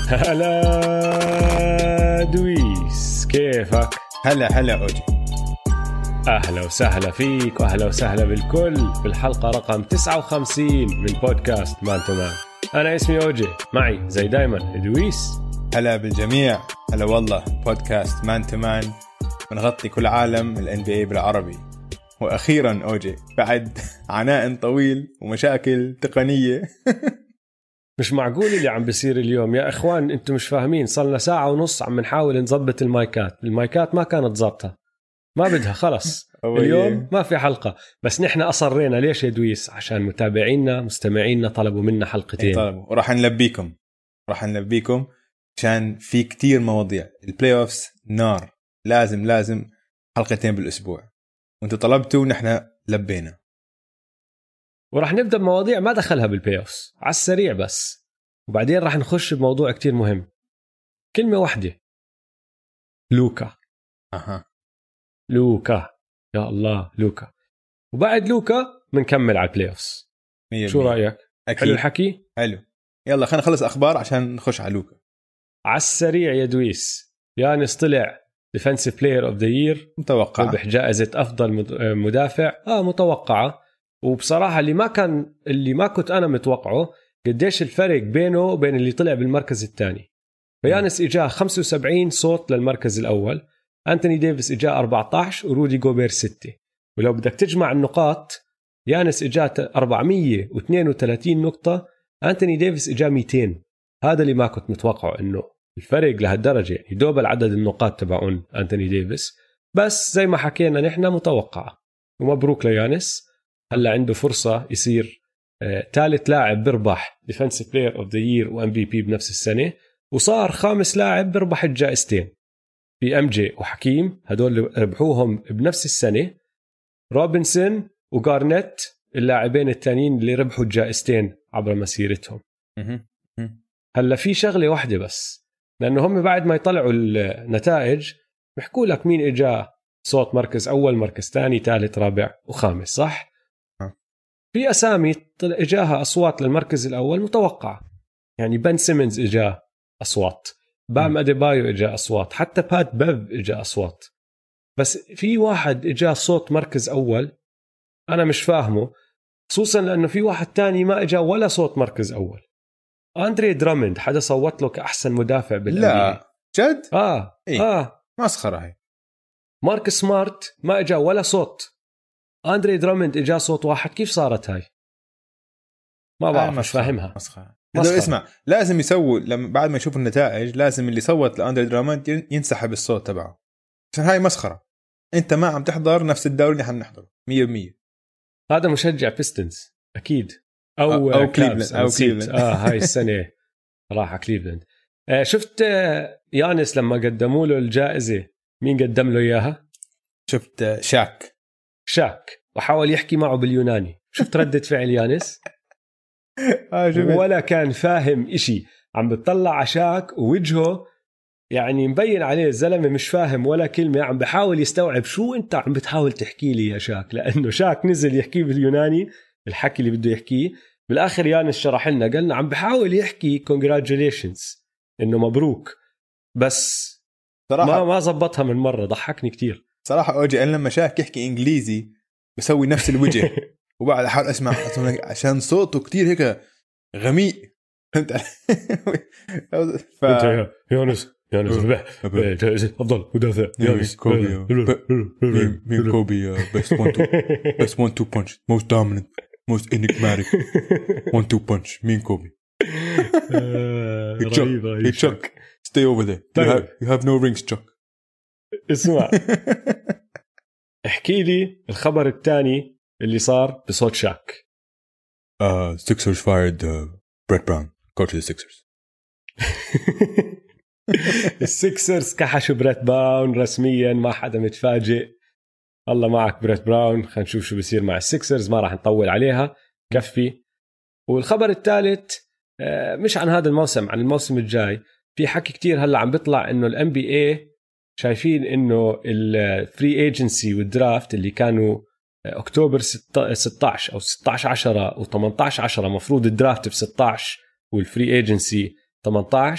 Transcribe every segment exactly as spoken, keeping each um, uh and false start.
هلا دويس، كيفك؟ هلا هلا أوجي، أهلا وسهلا فيك وأهلا وسهلا بالكل بالحلقة رقم تسعة وخمسين من بودكاست مان تو مان. أنا اسمي أوجي، معي زي دايما دويس. هلا بالجميع. هلا والله، بودكاست مان تو مان بنغطي كل عالم ال إن بي إيه بالعربي. وأخيرا أوجي بعد عناء طويل ومشاكل تقنية مش معقول اللي عم بيصير اليوم يا إخوان، أنتم مش فاهمين. صلنا ساعة ونص عم نحاول نظبط المايكات، المايكات ما كانت ضابطة، ما بدها خلص اليوم ما في حلقة. بس نحن أصرينا. ليش يا دويس؟ عشان متابعينا مستمعينا طلبوا منا حلقتين، طلبوا وراح نلبيكم راح نلبيكم عشان في كتير مواضيع. البلاي أوفس نار، لازم لازم حلقتين بالأسبوع، وانتوا طلبتوا ونحن لبينا. وراح نبدأ بمواضيع ما دخلها بالبلاي أوفس على السريع بس، وبعدين راح نخش بموضوع كتير مهم. كلمة واحدة، لوكا. أها لوكا، يا الله لوكا. وبعد لوكا منكمل على البلاي أوفس. شو رأيك؟ أكيد. حلو الحكي؟ حلو. يلا خلينا نخلص أخبار عشان نخش على لوكا على السريع يا دويس. يانس طلع Defensive Player of the Year، متوقع، ربح جائزة أفضل مدافع. آه متوقعة. وبصراحة اللي ما كان اللي ما كنت أنا متوقعه قديش الفرق بينه وبين اللي طلع بالمركز الثاني. فيانس إجاه خمسة وسبعين صوت للمركز الأول، أنتوني ديفيس إجاه أربعة عشر ورودي جوبير ستة. ولو بدك تجمع النقاط، يانس إجاه أربعمية واثنين وثلاثين نقطة، أنتوني ديفيس إجاه مئتين. هذا اللي ما كنت متوقعه، إنه الفرق لهالدرجة. يعني دوبل عدد النقاط تبعون أنتوني ديفيس، بس زي ما حكينا نحن متوقعة. ومبروك ليانس، هلا عنده فرصة يصير ثالث آه لاعب بربح Defensive Player of the Year و إم في بي بنفس السنة، وصار خامس لاعب بربح الجائزتين. في أم جي وحكيم هدول ربحوهم بنفس السنة، روبنسون وغارنيت اللاعبين التانيين اللي ربحوا الجائزتين عبر مسيرتهم. هلا في شغلة واحدة بس، لأنه هم بعد ما يطلعوا النتائج بيحكوا لك مين إجا صوت مركز أول، مركز ثاني، ثالث، رابع وخامس، صح؟ في أسامي إجاها أصوات للمركز الأول متوقع. يعني بن سيمنز إجا أصوات، بام أديبايو إجا أصوات، حتى بات بيف إجا أصوات. بس في واحد إجا صوت مركز أول أنا مش فاهمه، خصوصا لأنه في واحد تاني ما إجا ولا صوت مركز أول. أندري درامند حدا صوت له كأحسن مدافع بالأن بي إيه. لا جد؟ آه إيه؟ آه مسخرة هاي. مارك سمارت ما إجا ولا صوت، أندري درامند إجا صوت واحد. كيف صارت هاي؟ ما بعرف، مش فاهمها. مسخرة. اسمع، لازم يسووا لما بعد ما يشوفوا النتائج لازم اللي صوت لأندري درامند ينسحب الصوت تبعه، عشان هاي مسخرة. أنت ما عم تحضر نفس الدوري اللي حنحضره مية بالمية. هذا مشجع بيستنز أكيد، أو أو كليفلاند أو كليفلاند. آه هاي السنة راح كليفلاند. آه شفت يانس لما قدموا له الجائزة مين قدم له إياها؟ شفت شاك شاك وحاول يحكي معه باليوناني. شفت ردة فعل يانس؟ ولا كان فاهم إشي، عم بتطلع على شاك ووجهه يعني مبين عليه الزلمة مش فاهم ولا كلمة، عم بحاول يستوعب شو أنت عم بتحاول تحكي لي يا شاك، لأنه شاك نزل يحكي باليوناني الحكي اللي بده يحكيه. بالآخر يانس شرح لنا، قالنا عم بحاول يحكي congratulations إنه مبروك، بس صراحة ما ما زبطها من مرة. ضحكني كتير صراحة أوجي. أنا لما شاك يحكي إنجليزي بسوي نفس الوجه وبعد أحاول أسمع عشان صوته كتير هيك غميق، فهمت علي؟ ف... يانس يانس ربح جائزة أفضل مدافع. يانس كوبي مين كوبي best one two best one two punch most dominant most enigmatic one two punch مين كوبي. رهيب رهيب. Chuck stay over there you have, you have no rings Chuck. اسمع احكي لي الخبر الثاني اللي صار بصوت شاك. uh, Sixers fired uh, Brett Brown coach of the Sixers. السيكسرز كحشوا بريت براون رسميا، ما حدا متفاجئ. الله معك بريت براون، خلينا نشوف شو بيصير مع السيكسرز، ما راح نطول عليها كفي. والخبر الثالث مش عن هذا الموسم، عن الموسم الجاي. في حكي كتير هلا عم بيطلع انه الام بي اي شايفين انه الفري ايجنسي والدرافت اللي كانوا اكتوبر ستة عشر او ستة عشر عشرة و ثمانية عشر عشرة، مفروض الدرافت ب ستة عشر والفري ايجنسي ثمانية عشر.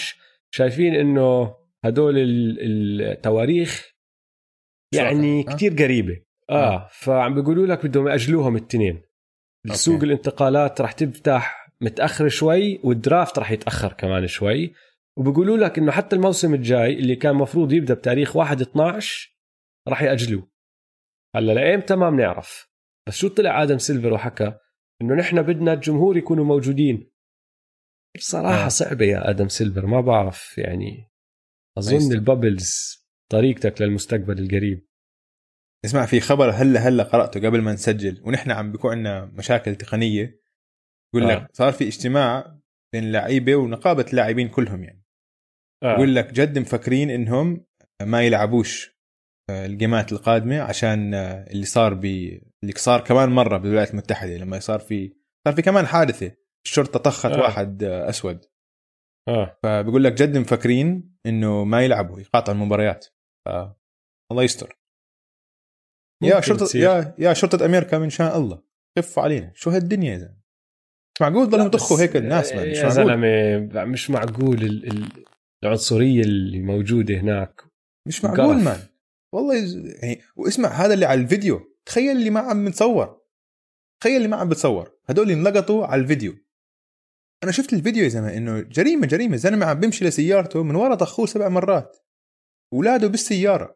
شايفين انه هدول التواريخ يعني كتير قريبة اه, آه. فعم بيقولوا لك بدهم يأجلوهم التنين. السوق الانتقالات رح تفتح متأخر شوي والدرافت رح يتأخر كمان شوي، وبيقولوا لك انه حتى الموسم الجاي اللي كان مفروض يبدأ بتاريخ واحد اثناشر رح يأجلوه. هلا لأيمتى ما بنعرف، بس شو طلع آدم سيلفر وحكى انه نحن بدنا الجمهور يكونوا موجودين. صراحة آه. صعبة يا آدم سيلفر، ما بعرف يعني. أظن البابلز طريقتك للمستقبل القريب. اسمع، في خبر هلا هلا قرأته قبل ما نسجل ونحن عم بيكون عندنا مشاكل تقنية. يقول لك آه. صار في اجتماع بين اللعيبة ونقابة اللاعبين كلهم يعني. آه. يقول لك جد مفكرين انهم ما يلعبوش الجيمات القادمة عشان اللي صار ب اللي صار كمان مرة بالولايات المتحدة لما صار في صار في كمان حادثة، الشرطة طخت آه. واحد أسود. آه. فبيقول لك جد مفكرين إنه ما يلعبوا يقاطعوا المباريات. الله يستر يا شرطة يا يا شرطة أمريكا، من شاء الله خفوا علينا. شو هالدنيا إذا مش معقول ضلوا يطخوا هيك الناس. مش يا زلمة مش معقول ال... العنصرية اللي موجودة هناك مش معقول مان والله يعني. واسمع هذا اللي على الفيديو، تخيل اللي ما عم بتصور، تخيل اللي ما عم بتصور هدول انلقطوا على الفيديو. انا شفت الفيديو يا زلمه انه جريمه جريمه. زلمه عم بيمشي لسيارته من ورا طخوه سبع مرات، اولاده بالسياره.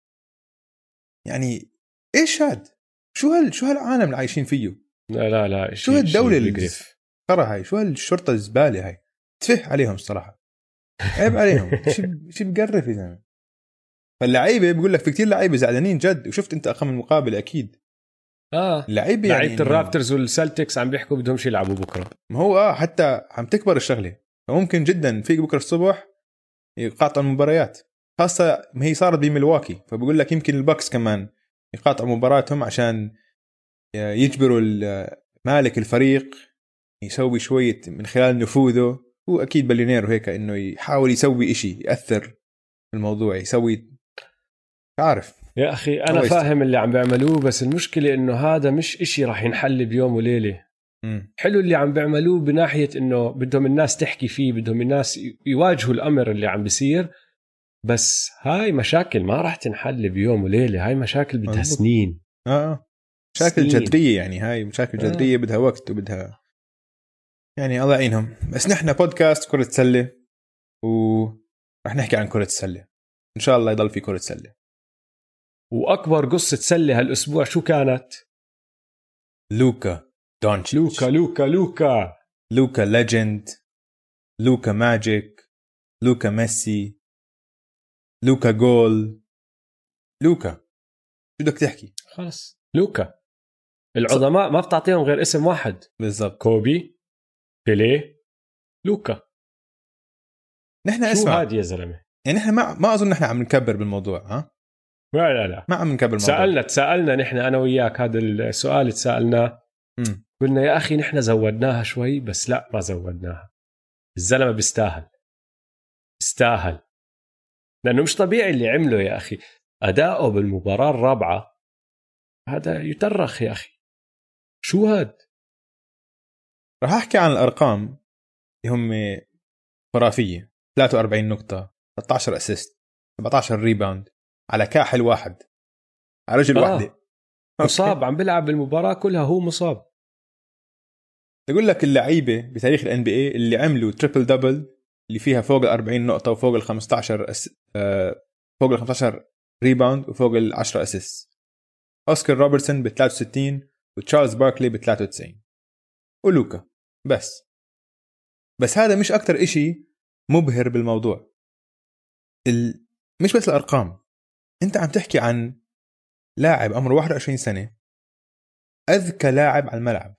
يعني ايش هاد؟ شو هال شو هالعالم اللي عايشين فيه؟ لا لا لا شو هالدوله اللي ترى هاي؟ شو هالشرطه الزباله هاي؟ تفه عليهم الصراحه، عيب عليهم. شو شو بقرف يا زلمه. فاللعيبه بيقول لك في كتير لعيبه زعلانين جد. وشفت انت اخم المقابله اكيد. اه لعيبه يعني لعيبه الرابترز والسلتكس عم بيحكوا بدهمش يلعبوا بكره. ما هو اه حتى عم تكبر الشغله، فممكن جدا فيك بكره الصبح يقاطعوا المباريات، خاصه ما هي صارت بملواكي. فبقول لك يمكن الباكس كمان يقاطعوا مباراتهم عشان يجبروا مالك الفريق يسوي شويه من خلال نفوذه. هو اكيد بليونير وهيك، انه يحاول يسوي إشي ياثر في الموضوع، يسوي عارف. يا أخي أنا فاهم اللي عم بيعملوه، بس المشكلة إنه هذا مش إشي راح ينحل بيوم وليلة. م. حلو اللي عم بيعملوه بناحية إنه بدهم الناس تحكي فيه، بدهم الناس يواجهوا الأمر اللي عم بيصير، بس هاي مشاكل ما راح تنحل بيوم وليلة. هاي مشاكل بدها مزبوط. سنين. آه مشاكل سنين. جذرية يعني. هاي مشاكل جذرية آه. بدها وقت وبدها يعني الله يعينهم. بس نحن بودكاست كرة سلة ورح نحكي عن كرة السلة إن شاء الله. يضل في كرة سلة. وأكبر قصة سلة هالأسبوع شو كانت؟ لوكا دونتش. لوكا لوكا لوكا لوكا ليجند، لوكا ماجيك، لوكا ميسي، لوكا جول. لوكا شو بدك تحكي؟ خلص لوكا. العظماء ما بتعطيهم غير اسم واحد بالضبط. كوبي، بيليه، لوكا. نحن شو اسمع هاد يا زلمة؟ يعني نحن ما ما أظن نحن عم نكبر بالموضوع. ها لا لا لا ما عم نكبر الموضوع. سألنا تسألنا نحن أنا وياك هذا السؤال تسألنا. م. قلنا يا أخي نحن زودناها شوي، بس لا ما زودناها. الزلمة بيستاهل بيستاهل لأنه مش طبيعي اللي عمله يا أخي. أداؤه بالمباراة الرابعة هذا يترخ يا أخي. شو هاد؟ راح أحكي عن الأرقام اللي هم خرافية. ثلاثة وأربعين نقطة، ثلاثة عشر أسيست، سبعة عشر ريباوند على كاحل واحد، على رجل آه. واحدة. مصاب عم بلعب بالمباراة كلها هو مصاب. تقول لك اللعيبة بتاريخ ال إن بي إيه اللي عملوا تريبل دبل اللي فيها فوق الأربعين نقطة وفوق الخمسة عشر أس... آه... فوق الخمسة عشر ريباوند وفوق العشرة أسيست. أوسكار روبرتسون بثلاثة وستين وتشارلز باركلي بثلاثة وتسعين ولوكا. بس بس هذا مش أكتر إشي مبهر بالموضوع. ال... مش بس الأرقام. أنت عم تحكي عن لاعب عمره واحد وعشرين سنة، أذكى لاعب على الملعب.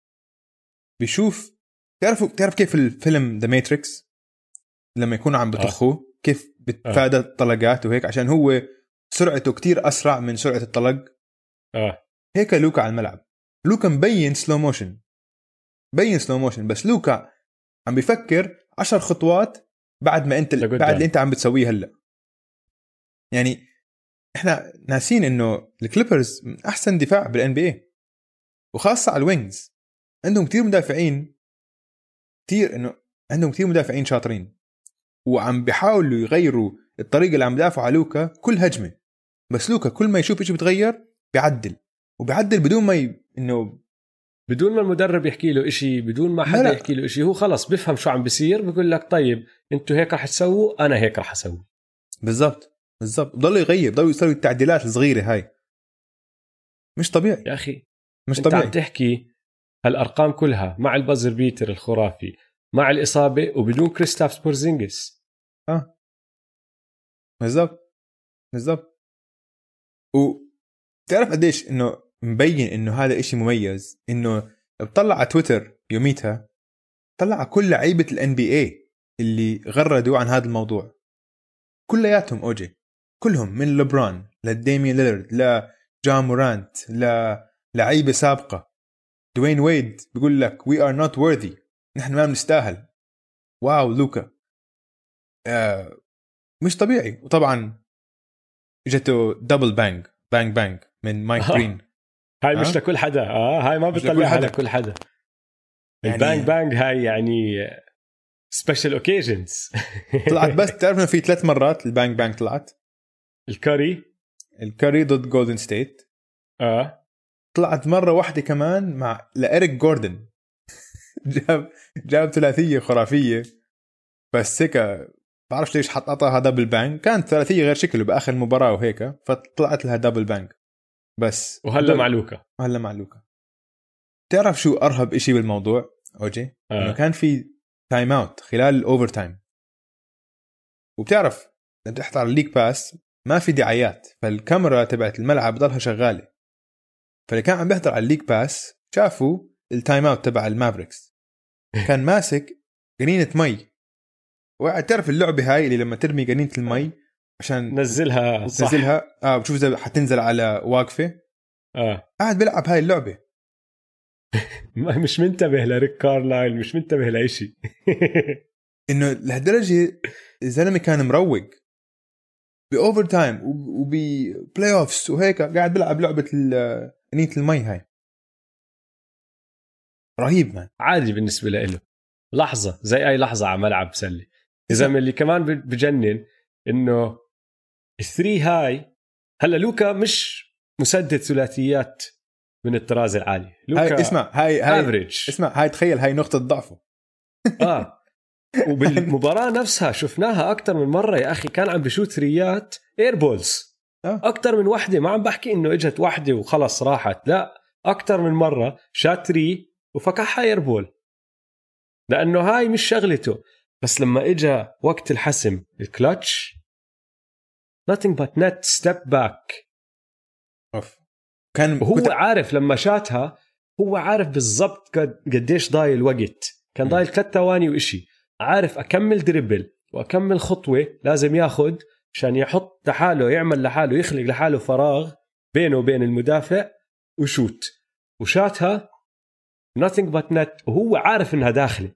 بيشوف تعرفوا تعرف كيف الفيلم ذا ماتريكس لما يكونوا عم بطخوه آه. كيف بتفادى الطلقات وهيك، عشان هو سرعته كتير أسرع من سرعة الطلق. آه. هيك لوكا على الملعب. لوكا مبين سلو موشن، بين سلو موشن، بس لوكا عم بيفكر عشر خطوات بعد ما أنت بعد اللي أنت عم بتسويه هلأ. يعني إحنا ناسين إنه الكليبرز من أحسن دفاع بالإن بي إيه، وخاصة على الوينجز. عندهم كتير مدافعين كتير إنه عندهم كتير مدافعين شاطرين. وعم بيحاولوا يغيروا الطريقة اللي عم بدافعوا على لوكا كل هجمة، بس لوكا كل ما يشوف إشي بتغير بيعدل وبيعدل بدون ما ي... إنه بدون ما المدرب يحكي له إشي، بدون ما حدا يحكي له إشي، هو خلص بيفهم شو عم بيصير، بيقول لك طيب انتوا هيك رح تسووا، أنا هيك رح أسوي. بالضبط بالضبط، ضلوا يغير، ضلوا يسوي التعديلات الصغيرة هاي. مش طبيعي يا أخي، مش انت طبيعي. عم تحكي هالأرقام كلها مع البازر بيتر الخرافي، مع الإصابة، وبدون كريستافس بورزينجس. اه بالضبط بالضبط. وتعرف قديش انه مبين انه هذا اشي مميز، انه بطلع على تويتر يوميتها، طلع على كل لعيبة الان بي اي اللي غردوا عن هذا الموضوع كلياتهم اوجي، كلهم من لبران لديمين ليلارد لجان مورانت للعيبة سابقة. دوين ويد بيقول لك we are not worthy، نحن ما بنستاهل. واو لوكا آه مش طبيعي. وطبعا اجته دبل بانج بانج بانج من مايك آه. جرين. هاي آه؟ مش لكل حدا، اه هاي ما بتطلعها على كل حدا. يعني البانج بانج هاي يعني سبيشال اوكيجنز. طلعت بس تعرف انه في ثلاث مرات البانج بانج طلعت. الكاري الكاري ضد جولدن ستيت، اه طلعت مرة واحدة كمان مع لإيريك جوردن. جاب جاب ثلاثية خرافية، بس هيك بعرفش ليش حطها دبل بانج، كانت ثلاثية غير شكله بآخر المباراة وهيك، فطلعت لها دبل بانج بس. وهلا مع لوكا وهلا مع لوكا. تعرف شو أرهب إشي بالموضوع أوجي؟ آه. إنه كان في تايم أوت خلال الأوفر تايم، وبتعرف لما تحت على الليك باس ما في دعايات، فالكاميرا تبعت الملعب بضلها شغالة، فاللي كان عم بيحضر على الليك باس شافوا التايم اوت تبع المافريكس، كان ماسك قنينة مي، وقاعد تعرف اللعبة هاي اللي لما ترمي قنينة المي عشان نزلها صح. نزلها اه بتشوف اذا حتنزل على واقفة، اه قاعد بيلعب هاي اللعبة. مش منتبه لريك كارلايل، مش منتبه لإشي. انه لهالدرجة الزلمة كان مروق بأوفر تايم وببلاي اوفس وهيك، قاعد بيلعب لعبة قنينة المي هاي. رهيب مان. عادي بالنسبة له، لحظة زي أي لحظة على ملعب سلة. إذا من اللي كمان بجنن إنه الثري هاي، هلا لوكا مش مسدد ثلاثيات من الطراز العالي. لوكا هاي اسمع هاي هاي افريج. اسمع هاي تخيل هاي نقطة ضعفه. اه وبالمباراة نفسها شفناها أكتر من مرة يا أخي، كان عم بشوت ثريات ايربولز أكتر من وحدة. ما عم بحكي إنه إجت وحدة وخلص راحت، لا، أكتر من مرة شات ثري وفكحها ايربول، لأنه هاي مش شغلته. بس لما إجا وقت الحسم الكلتش nothing but net step back. أوف. كان وهو كنت... عارف لما شاتها، هو عارف بالضبط قد قديش ضايل الوقت، كان ضايل ثلاث ثواني وإشي، عارف أكمل دريبل وأكمل خطوة لازم ياخد عشان يحط لحاله، يعمل لحاله، يخلق لحاله فراغ بينه وبين المدافع وشوت، وشاتها nothing but net، وهو عارف إنها داخلة.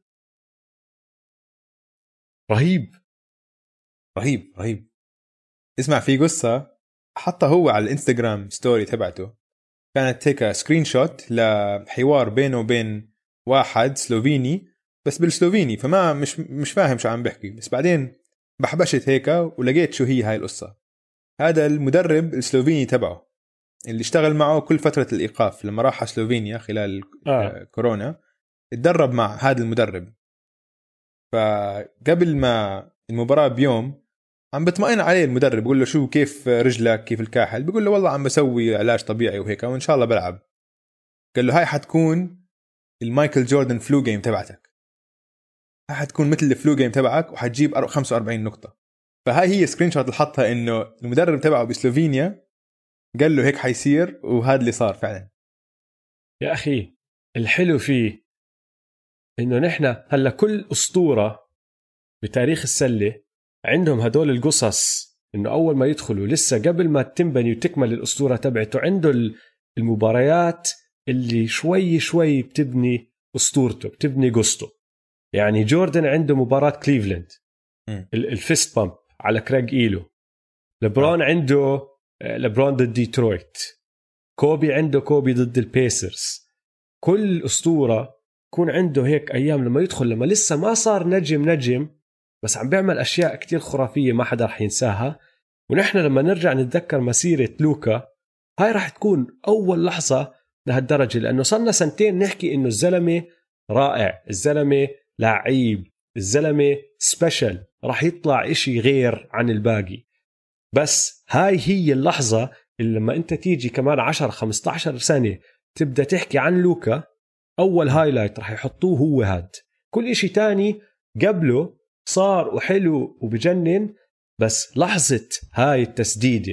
رهيب رهيب رهيب. اسمع في قصة حطها هو على الانستغرام ستوري تبعته، كانت هيك سكرين شوت لحوار بينه وبين واحد سلوفيني بس بالسلوفيني، فما مش مش فاهم شو عم بحكي، بس بعدين بحبشت هيك ولقيت شو هي هاي القصة. هذا المدرب السلوفيني تبعه اللي اشتغل معه كل فترة الإيقاف لما راح سلوفينيا خلال آه. كورونا، اتدرب مع هذا المدرب. فقبل ما المباراة بيوم عم بتمئن عليه المدرب، بيقول له شو كيف رجلك كيف الكاحل، بيقول له والله عم بسوي علاج طبيعي وهيك وإن شاء الله بلعب. قال له هاي حتكون المايكل جوردن فلو جيم تبعتك، هاي حتكون مثل الفلو جيم تبعك وحتجيب خمسة وأربعين نقطة. فهاي هي سكرين شوت اللي حطها إنه المدرب تبعه بسلوفينيا قال له هيك حيصير، وهذا اللي صار فعلا. يا أخي الحلو فيه إنه نحن هلا كل أسطورة بتاريخ السلة عندهم هدول القصص، إنه أول ما يدخلوا لسه قبل ما تنبني وتكمل الأسطورة تبعته عنده المباريات اللي شوي شوي بتبني أسطورته، بتبني قصته. يعني جوردن عنده مباراة كليفلاند الفيست بامب على كراج إيلو، لبرون آه. عنده لبرون ضد ديترويت، كوبي عنده كوبي ضد البيسرز. كل أسطورة يكون عنده هيك أيام لما يدخل، لما لسه ما صار نجم نجم بس عم بيعمل أشياء كتير خرافية ما حدا رح ينساها. ونحن لما نرجع نتذكر مسيرة لوكا هاي رح تكون أول لحظة لهالدرجة، لأنه صلنا سنتين نحكي إنه الزلمة رائع، الزلمة لعيب، الزلمة سبيشل، رح يطلع إشي غير عن الباقي. بس هاي هي اللحظة اللي لما أنت تيجي كمان عشرة خمسة عشر سنة تبدأ تحكي عن لوكا، أول هايلايت رح يحطوه هو هاد. كل إشي تاني قبله صار وحلو وبجنن، بس لحظة هاي التسديدة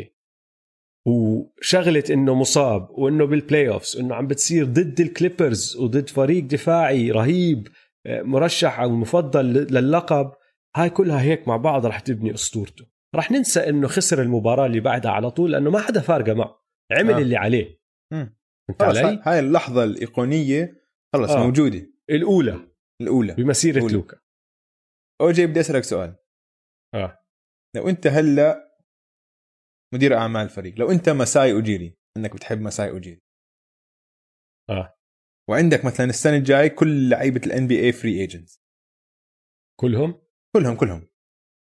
وشغلة إنه مصاب وإنه بالبلاي أوفس إنه عم بتصير ضد الكليبرز وضد فريق دفاعي رهيب مرشح أو مفضل للقب، هاي كلها هيك مع بعض رح تبني أسطورته. رح ننسى إنه خسر المباراة اللي بعدها على طول لأنه ما حدا فارقة معه، عمل آه. اللي عليه. انت علي؟ هاي اللحظة الإيقونية خلص آه. موجودة، الأولى الأولى بمسيرة الأولى. لوكا. أوجي بدي أسألك سؤال. آه. لو أنت هلأ مدير أعمال الفريق، لو أنت مساي أوجيري، أنك بتحب مساي أوجيري آه. وعندك مثلا السنة الجاي كل لعيبة ال إن بي إيه free agents كلهم كلهم كلهم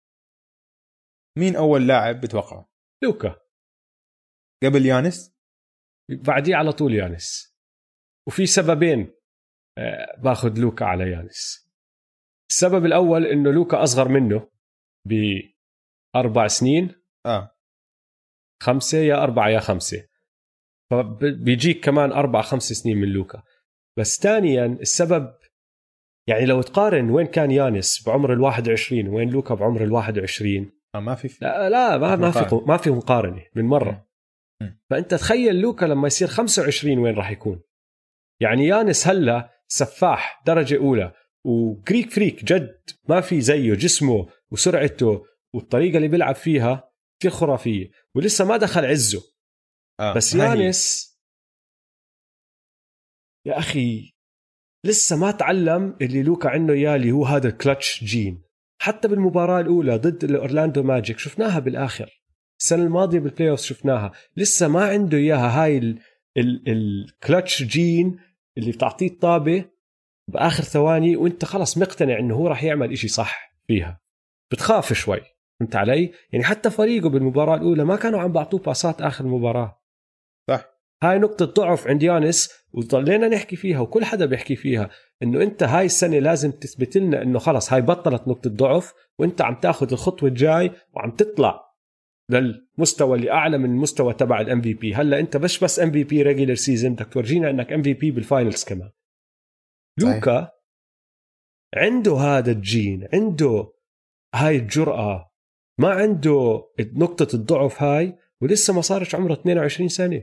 مين أول لاعب بتوقعه؟ لوكا قبل يانس؟ بعديه على طول يانس. وفي سببين باخد لوكا على يانس. السبب الأول إنه لوكا أصغر منه بأربع سنين آه. خمسة يا أربعة يا خمسة، فبيجيك كمان أربع خمس سنين من لوكا. بس ثانيا السبب يعني لو تقارن وين كان يانس بعمر الواحد وعشرين وين لوكا بعمر الواحد وعشرين آه ما في لا لا ما, ما في ما في مقارنة من مرة. م. م. فأنت تخيل لوكا لما يصير خمسة وعشرين وين راح يكون. يعني يانس هلا سفاح درجة أولى وجريك فريك جد، ما في زيه، جسمه وسرعته والطريقة اللي بيلعب فيها كتير خرافية، ولسه ما دخل عزه. آه. بس يانس يا أخي لسه ما تعلم اللي لوكا عنده إياه اللي هو هذا الكلتش جين. حتى بالمباراة الأولى ضد الأورلاندو ماجيك شفناها بالآخر، السنة الماضية بالبلاي أوف شفناها، لسه ما عنده إياها هاي الكلتش جين اللي بتعطيه الطابة بآخر ثواني وانت خلص مقتنع انه هو راح يعمل اشي صح فيها. بتخاف شوي، فهمت علي؟ يعني حتى فريقه بالمباراة الأولى ما كانوا عم بعطوه باسات آخر المباراة. صح. هاي نقطة ضعف عند يانس وضلينا نحكي فيها وكل حدا بيحكي فيها، انه انت هاي السنة لازم تثبت لنا انه خلص هاي بطلت نقطة ضعف وانت عم تاخد الخطوة الجاي وعم تطلع للمستوى اللي اعلى من المستوى تبع الام في بي. هلا انت بس بس ام في بي ريجولر سيزون، بدك تورجينا انك ام في بي بالفاينلز كمان. لوكا عنده هذا الجين، عنده هاي الجرأة، ما عنده نقطة الضعف هاي ولسه ما صارش عمره اثنين وعشرين سنة،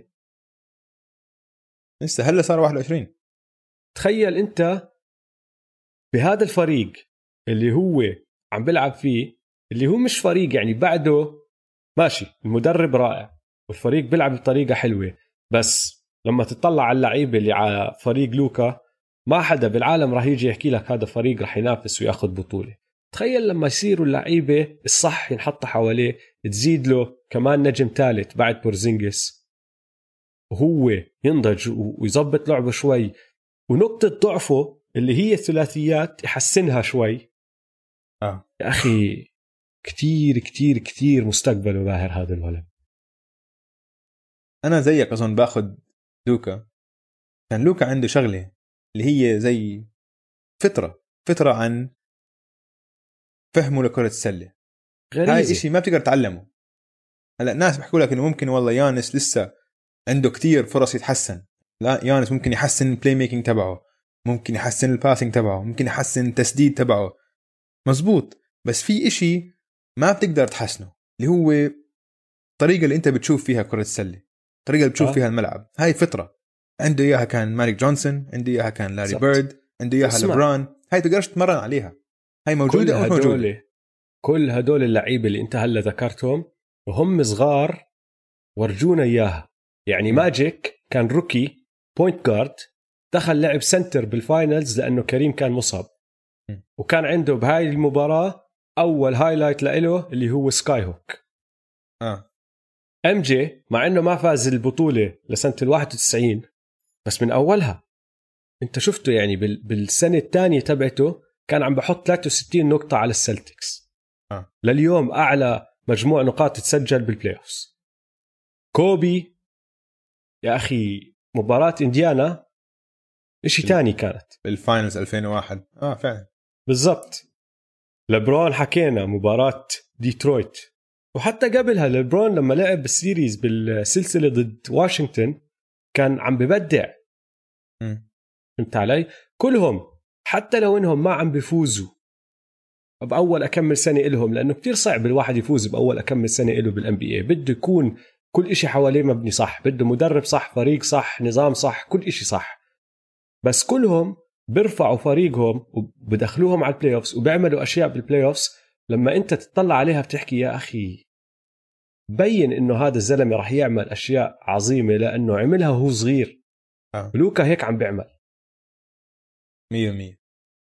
لسه هلا صار واحد وعشرين. تخيل انت بهذا الفريق اللي هو عم بلعب فيه، اللي هو مش فريق يعني بعده ماشي المدرب رائع والفريق بيلعب بطريقة حلوة، بس لما تطلع على اللعيبة اللي على فريق لوكا ما حدا بالعالم راح يجي يحكي لك هذا فريق راح ينافس وياخد بطولة. تخيل لما يصيروا اللعيبة الصح ينحط حواليه، تزيد له كمان نجم ثالث بعد بورزينجس وهو ينضج ويظبط لعبه شوي، ونقطة ضعفه اللي هي الثلاثيات يحسنها شوي. آه. يا أخي كتير كتير كتير مستقبله باهر هذا الولد. أنا زيك أظن باخد لوكا. كان لوكا عنده شغلة اللي هي زي فترة فترة عن فهمه لكرة السلة، غريزة. هاي إشي ما بتقدر تعلمه. هلا الناس بيحكوا لك إنه ممكن والله يانس لسه عنده كتير فرص يتحسن. لا، يانس ممكن يحسن البلاي ميكينج تبعه، ممكن يحسن الباسنج تبعه، ممكن يحسن التسديد تبعه، مزبوط. بس في إشي ما بتقدر تحسنه اللي هو الطريقة اللي أنت بتشوف فيها كرة السلة، الطريقة اللي بتشوف آه. فيها الملعب. هاي فترة عنده إياها كان ماريك جونسون، عنده إياها كان لاري بيرد، عنده إياها لبران. هاي تقدرش تمرن عليها، هاي موجودة أو موجودة. كل هدول اللعيبة اللي أنت هلا ذكرتهم وهم صغار ورجونا إياها. يعني ماجيك كان روكي بوينت جارد، دخل لعب سنتر بالفاينلز لأنه كريم كان مصاب، وكان عنده بهاي المباراة أول هايلايت لإله اللي هو سكاي هوك. آه. ام جي مع انه ما فاز البطوله لسنه الواحد وتسعين، بس من اولها انت شفته يعني بالسنه الثانيه تبعته كان عم بحط ثلاثة وستين نقطه على السلتكس. آه. لليوم أعلى مجموع نقاط تسجل بالبلاي أوفس. كوبي يا أخي مباراة إنديانا إشي تاني كانت بالفاينلز ألفين وواحد. آه فعلا بالضبط. لبرون حكينا مباراة ديترويت، وحتى قبلها لبرون لما لعب بالسيريز بالسلسلة ضد واشنطن كان عم ببدع. فهمت علي؟ كلهم حتى لو إنهم ما عم بيفوزوا بأول أكمل سنة إلهم، لأنه كتير صعب الواحد يفوز بأول أكمل سنة إله بالان بي اي. بده يكون كل إشي حواليه مبني صح، بده مدرب صح، فريق صح، نظام صح، كل إشي صح. بس كلهم بيرفعوا فريقهم وبدخلوهم على البلاي اوفز وبيعملوا أشياء بالبلاي اوفز لما أنت تطلع عليها بتحكي يا أخي بين إنه هذا الزلمة راح يعمل أشياء عظيمة لأنه عملها وهو صغير. آه. لوكا هيك عم بيعمل مية مية.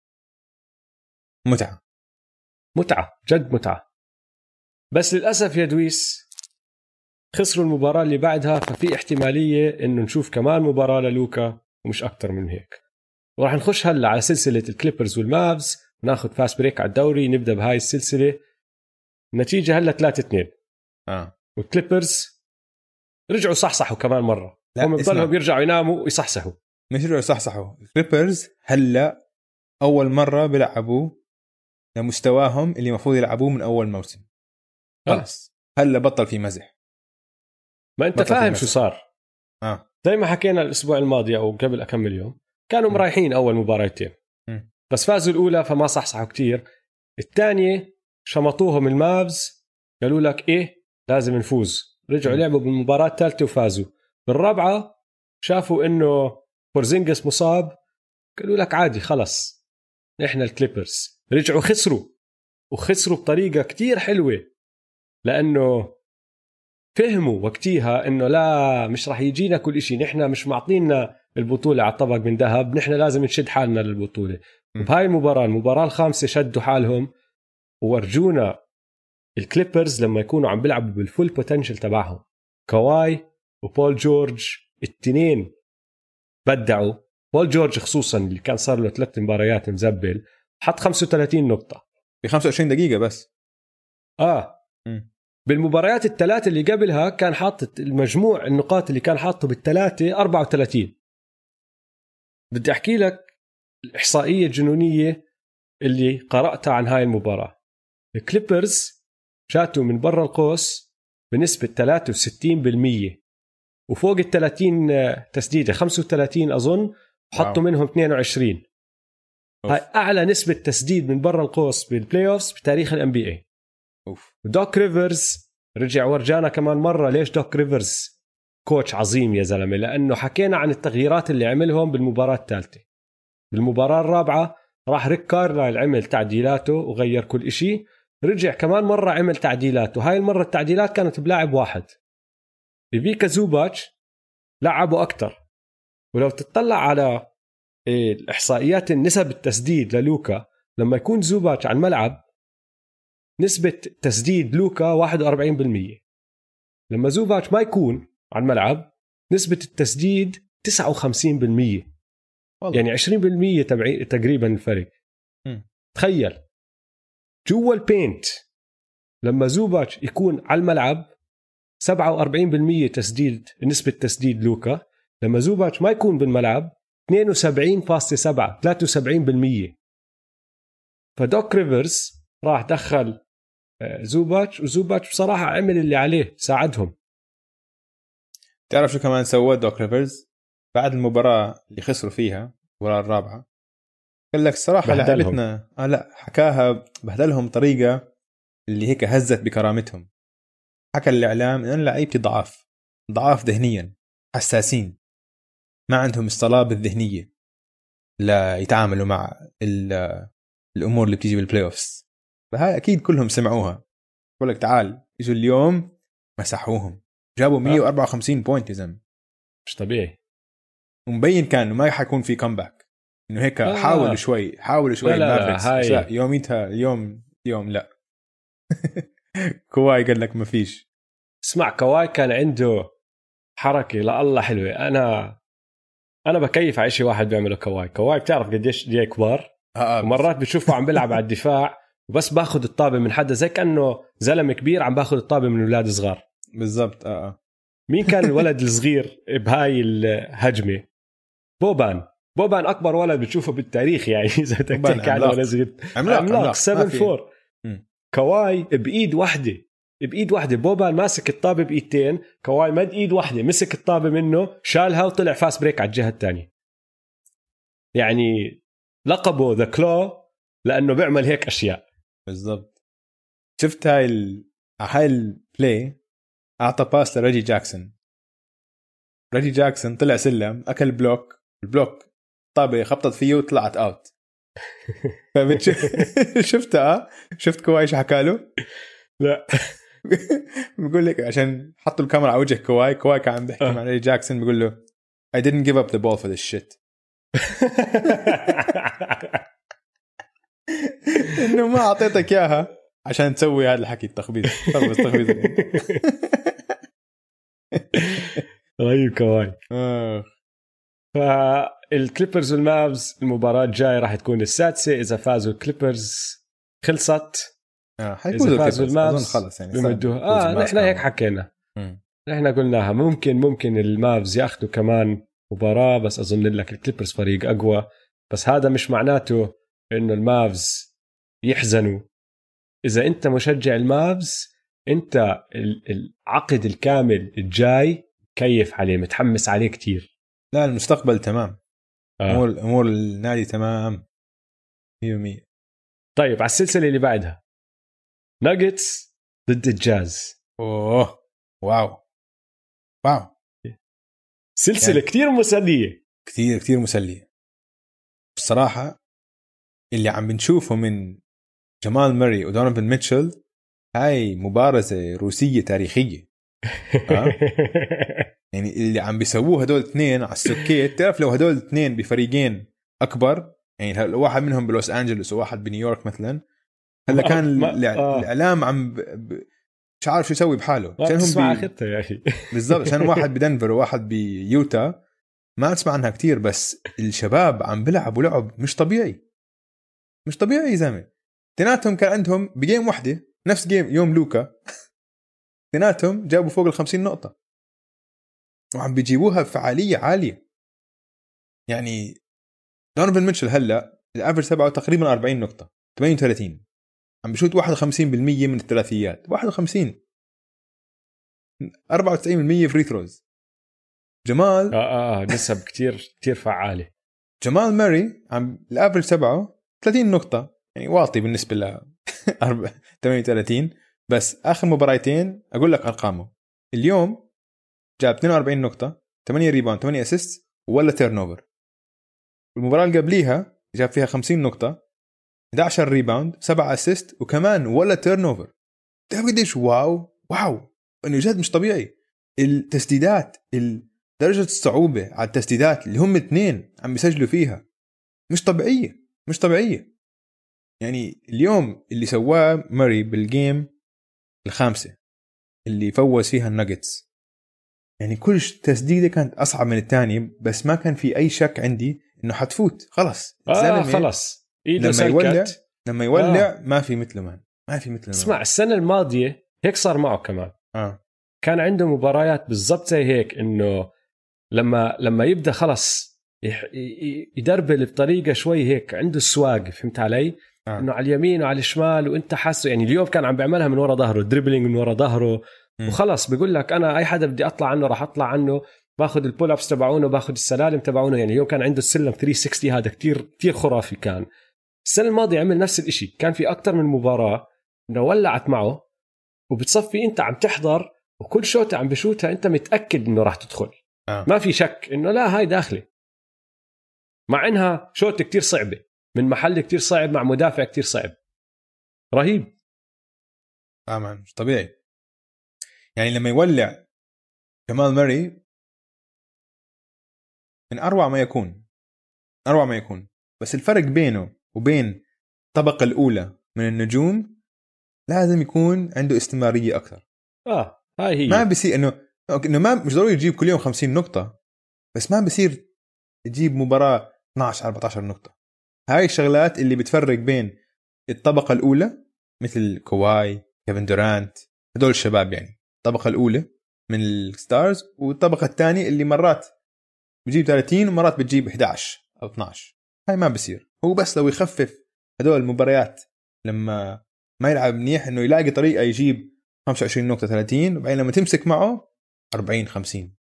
متعة متعة جد متعة. بس للأسف يا دويس خسروا المباراة اللي بعدها، ففي احتمالية إنه نشوف كمان مباراة للوكا ومش أكتر من هيك. وراح نخش هلا على سلسلة الكليبرز والمافز، ناخد فاست بريك على الدوري، نبدأ بهاي السلسلة. النتيجة هلا ثلاثة اثنين. آه. والكليبرز رجعوا صحصحوا كمان مرة، هم بضلهم يرجعوا يناموا ويصحصحوا. مش رجعوا صحصحوا. الكليبرز هلا أول مرة بيلعبوا لمستواهم اللي مفروض يلعبوه من أول موسم. خلاص هلا بطل في مزح. ما أنت فاهم شو صار. آه. زي ما حكينا الأسبوع الماضي أو قبل أكمل يوم كانوا م. مريحين أول مباراتين م. بس فازوا الأولى فما صحصحوا كتير. الثانية شمطوهم المافز، قالوا لك إيه لازم نفوز، رجعوا م. لعبوا بالمباراة الثالثة وفازوا. بالرابعة شافوا إنه بورزينجس مصاب، قالوا لك عادي خلص إحنا الكليبرز. رجعوا خسروا وخسروا بطريقة كتير حلوة، لأنه فهموا وقتها إنه لا مش رح يجينا كل إشي، نحن مش معطينا البطولة على طبق من ذهب، نحن لازم نشد حالنا للبطولة. وبهاي المباراة المباراة الخامسة شدوا حالهم وورجونا الكليبرز لما يكونوا عم بيلعبوا بالفول بوتنشل تبعهم. كواي وبول جورج التنين بدعوا. بول جورج خصوصا اللي كان صار له ثلاث مباريات مزبل حط خمسة وثلاثين نقطة ب خمسة وعشرين دقيقة بس. آه م. بالمباريات الثلاثة اللي قبلها كان حاطط المجموع النقاط اللي كان حاطه بالثلاثة أربعة وثلاثين. بدي أحكي لك الإحصائية الجنونية اللي قرأتها عن هاي المباراة. الكليبرز شاتوا من برا القوس بنسبة ثلاثة وستين بالمية وفوق الثلاثين تسديدة خمسة وثلاثين أظن، حطوا منهم اثنين وعشرين. هاي أعلى نسبة تسديد من برا القوس بالبلاي أوفز بتاريخ الان بي اي. دوك ريفرز رجع ورجانا كمان مرة. ليش دوك ريفرز كوتش عظيم يا زلمة؟ لأنه حكينا عن التغييرات اللي عملهم بالمباراة الثالثة. بالمباراة الرابعة راح ريك كارلايل عمل تعديلاته وغير كل إشي، رجع كمان مرة عمل تعديلاته. هاي المرة التعديلات كانت بلاعب واحد. بيبيكا زوباتش لعبوا أكتر. ولو تطلع على الإحصائيات النسب التسديد للوكا لما يكون زوباتش على الملعب، نسبة تسديد لوكا واحد وأربعين بالمية. لما زوباتش ما يكون على الملعب نسبة التسديد تسعة وخمسين بالمية. والله. يعني عشرين بالمية تبعي تقريبا الفرق. م. تخيل جوا البينت لما زوباتش يكون على الملعب سبعة وأربعين بالمية تسديد، نسبة تسديد لوكا. لما زوباتش ما يكون بالملعب اثنين وسبعين فاصلة سبعة ثلاثة وسبعين بالمية. فدوك ريفرز راح دخل زوباتش، وزوباتش بصراحة عمل اللي عليه، ساعدهم. تعرف شو كمان سوى دوك ريفرز بعد المباراة اللي خسروا فيها المباراة الرابعة؟ قال لك الصراحة لعبتنا آه لا حكاها بهدلهم طريقة اللي هيك هزت بكرامتهم. حكى الإعلام إن لعيبتي ضعاف ضعاف ذهنيا، حساسين، ما عندهم الصلابة الذهنية لا يتعاملوا مع الأمور اللي بتيجي بالبلاي أوفس. فهاي أكيد كلهم سمعوها. يقول لك تعال يجوا اليوم مسحوهم، جابوا مية وأربعة وخمسين بوينت يا زلمة، مش طبيعي. ومبين كان إنه ما حيكون في كمباك، إنه هيك آه. حاولوا شوي حاولوا شوي المافريكس، بس لا يوميتها اليوم اليوم لا. كواي قال لك ما فيش. اسمع كواي كان عنده حركة لا الله حلوة. أنا أنا بكيف على شيء واحد بيعمله كواي. كواي بتعرف قديش دي كبار، آه ومرات بتشوفه عم بيلعب على الدفاع وبس باخذ الطابه من حدا زي كانه زلمه كبير عم باخذ الطابه من اولاد صغار. بالضبط. اه اه مين كان الولد الصغير بهاي الهجمه؟ بوبان. بوبان اكبر ولد بتشوفه بالتاريخ يعني اذا بدك تحكي عنه ولا صغير. عملاق, عملاق. سبعة فور. كواي بايد واحده بايد واحده بوبان ماسك الطابه بايدتين، كواي مد ايد واحده مسك الطابه منه شالها وطلع فاست بريك على الجهه الثانيه. يعني لقبه ذا كلو لانه بيعمل هيك اشياء. بالضبط. شفت هاي ال... هاي البلاي اعطى باس لريجي جاكسون. ريجي جاكسون طلع سلم اكل بلوك، البلوك طابه خبطت فيه وطلعت اوت. فبتشوف شفتها شفت كواي ايش حكى له؟ لا بقول لك عشان حطوا الكاميرا على وجه كواي. كواي كان عم بيحكي مع ريجي جاكسون بيقول له I didn't give up the ball for this shit. انه ما اعطيتك اياها عشان تسوي هذا الحكي التخبيط. بس تخبيط رهيب كواي. آه. فالكليبرز والمافز المباراة الجاية راح تكون السادسة. إذا فازوا الكليبرز خلصت. آه. إذا فازوا المافز خلص يعني بمدوها. آه نحن هيك حكينا. م. نحن قلناها ممكن ممكن المافز ياخذوا كمان مباراة، بس أظن لك الكليبرز فريق أقوى. بس هذا مش معناته إنه المافز يحزنوا. إذا أنت مشجع المافز أنت العقد الكامل الجاي كيف عليه، متحمس عليه كتير. لا المستقبل تمام. آه. أمور أمور النادي تمام مية مية. طيب على السلسلة اللي بعدها ناجتس ضد الجاز. أوه واو واو سلسلة يعني كتير مسلية كتير كتير مسلية بصراحة. اللي عم بنشوفه من جمال ماري ودونوفن ميتشل هاي مبارزة روسية تاريخية. أه؟ يعني اللي عم بيسووه هدول اثنين على السكيت. تعرف لو هدول اثنين بفريقين أكبر، يعني واحد منهم بلوس أنجلوس وواحد بنيويورك مثلا، هلا كان آه. الإعلام عم ب... ب... مش عارف شو يسوي بحاله. عشان هم بي... يا أخي بالضبط. عشان واحد بدنفر وواحد بيوتا ما أسمع عنها كتير، بس الشباب عم بيلعبوا لعب مش طبيعي مش طبيعي يا زلمة. تناتهم كان عندهم بجيم واحدة نفس جيم يوم لوكا تناتهم جابوا فوق الخمسين نقطة وعم بيجيبوها بفعالية عالية. يعني دونوفن ميتشل هلأ الأفرج تبعه تقريبا أربعين نقطة ثمانية وثلاثين، عم بشوت واحد وخمسين بالمية من الثلاثيات. واحد وخمسين أربعة وتسعين بالمية فري ثروز. جمال اه اه نسب كتير كتير فعالة. جمال ماري عم الأفرج تبعه ثلاثين نقطة، يعني واطي بالنسبة ل ثمانية وثلاثين. بس آخر مباراتين أقول لك أرقامه. اليوم جاب اثنين وأربعين نقطة، ثمانية ريباوند، ثمانية أسيست ولا تيرن أوفر. المباراة اللي قبليها جاب فيها خمسين نقطة، إحدى عشر ريباوند، سبعة أسيست وكمان ولا تيرن أوفر. تعرف قديش واو واو إنه جد مش طبيعي. التسديدات درجة الصعوبة على التسديدات اللي هم اثنين عم بيسجلوا فيها مش طبيعية مش طبيعية. يعني اليوم اللي سواه ماري بالجيم الخامسة اللي فوز فيها الناجتس، يعني كل تسديدة كانت أصعب من الثاني، بس ما كان في أي شك عندي إنه حتفوت. خلاص آه خلاص لما سلكت. يولع لما يولع آه. ما في مثله مان ما في مثله. اسمع السنة الماضية هيك صار معه كمان. آه. كان عنده مباريات بالضبط زي هيك، إنه لما لما يبدأ خلاص يدربل بطريقة شوي هيك عنده السواق، فهمت علي؟ آه. إنه على اليمين وعلى الشمال وإنت حاسه. يعني اليوم كان عم بيعملها من وراء ظهره، دريبلينج من وراء ظهره، وخلص بيقول لك أنا أي حدا بدي أطلع عنه راح أطلع عنه، باخذ البول أبس تبعونه باخذ السلالم تبعونه. يعني اليوم كان عنده السلم ثلاثمية وستين، هذا كتير كتير خرافي. كان السنة الماضية عمل نفس الإشي، كان في أكتر من مباراة إنه ولعت معه، وبتصفي أنت عم تحضر وكل شوطة عم بشوتها أنت متأكد إنه راح تدخل. آه. ما في شك إنه لا هاي داخلة، مع إنها شوطة كتير صعبة من محل كتير صعب مع مدافع كتير صعب. رهيب آه مش طبيعي. يعني لما يولع جمال ماري من أروع ما يكون أروع ما يكون بس الفرق بينه وبين الطبقة الأولى من النجوم لازم يكون عنده استمرارية أكثر. آه هاي هي. ما بيصير إنه إنه ما مش ضروري يجيب كل يوم خمسين نقطة، بس ما بيصير يجيب مباراة اثناشر أربعة عشر نقطة. هاي الشغلات اللي بتفرق بين الطبقة الأولى مثل كواي كيفن دورانت هدول الشباب يعني الطبقة الأولى من الستارز والطبقة الثانية اللي مرات بجيب ثلاثين ومرات بتجيب إحدى عشر أو اثنا عشر. هاي ما بصير. هو بس لو يخفف هدول المباريات لما ما يلعب منيح إنه يلاقي طريقة يجيب خمسة وعشرين نقطة ثلاثين وبعدين لما تمسك معه أربعين خمسين.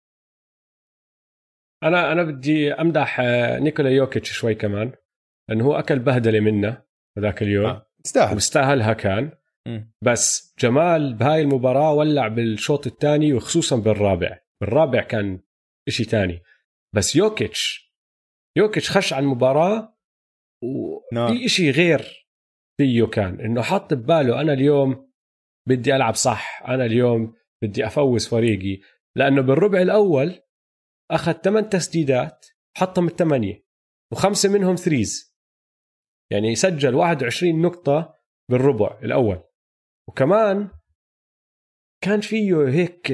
أنا أنا بدي أمدح نيكولا يوكيتش شوي كمان لأنه هو أكل بهدلة منه ذاك اليوم آه. استاهل واستاهلها كان م. بس جمال بهاي المباراة ولع بالشوط الثاني وخصوصا بالرابع. بالرابع كان إشي تاني. بس يوكيتش يوكيتش خش على المباراة وفي إشي غير فيه كان إنه حط بباله أنا اليوم بدي ألعب صح. أنا اليوم بدي أفوز فريقي لأنه بالربع الأول أخذ ثمان تسديدات حطهم الثمانية وخمسة منهم ثريز يعني يسجل واحد وعشرين نقطة بالربع الأول. وكمان كان فيه هيك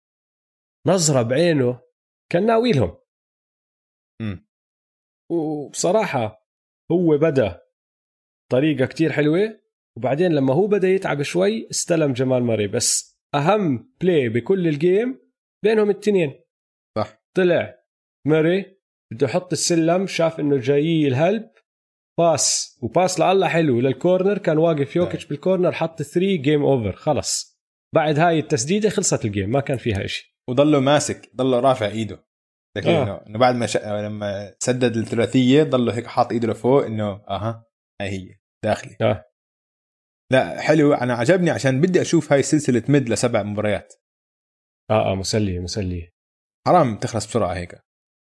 نظرة بعينه كان ناويلهم. م. وبصراحة هو بدأ طريقة كتير حلوة وبعدين لما هو بدأ يتعب شوي استلم جمال ماري. بس أهم بلاي بكل الجيم بينهم التنين صح. طلع ماري بده يحط السلم شاف إنه جاي الهلب باس وباس لله حلو للكورنر كان واقف يوكيتش بالكورنر حط ثري جيم أوفر خلص. بعد هاي التسديدة خلصت الجيم ما كان فيها إشي وضله ماسك ضله رافع إيده لكن آه. إنه بعد ما ش... لما سدد الثلاثية ضله هيك حاط إيده لفوق إنه أها هاي هي داخلي. آه. لا حلو. أنا عجبني عشان بدي أشوف هاي سلسلة مد لسبع مباريات. آه, آه مسلية مسلية. حرام تخلص بسرعة هيك.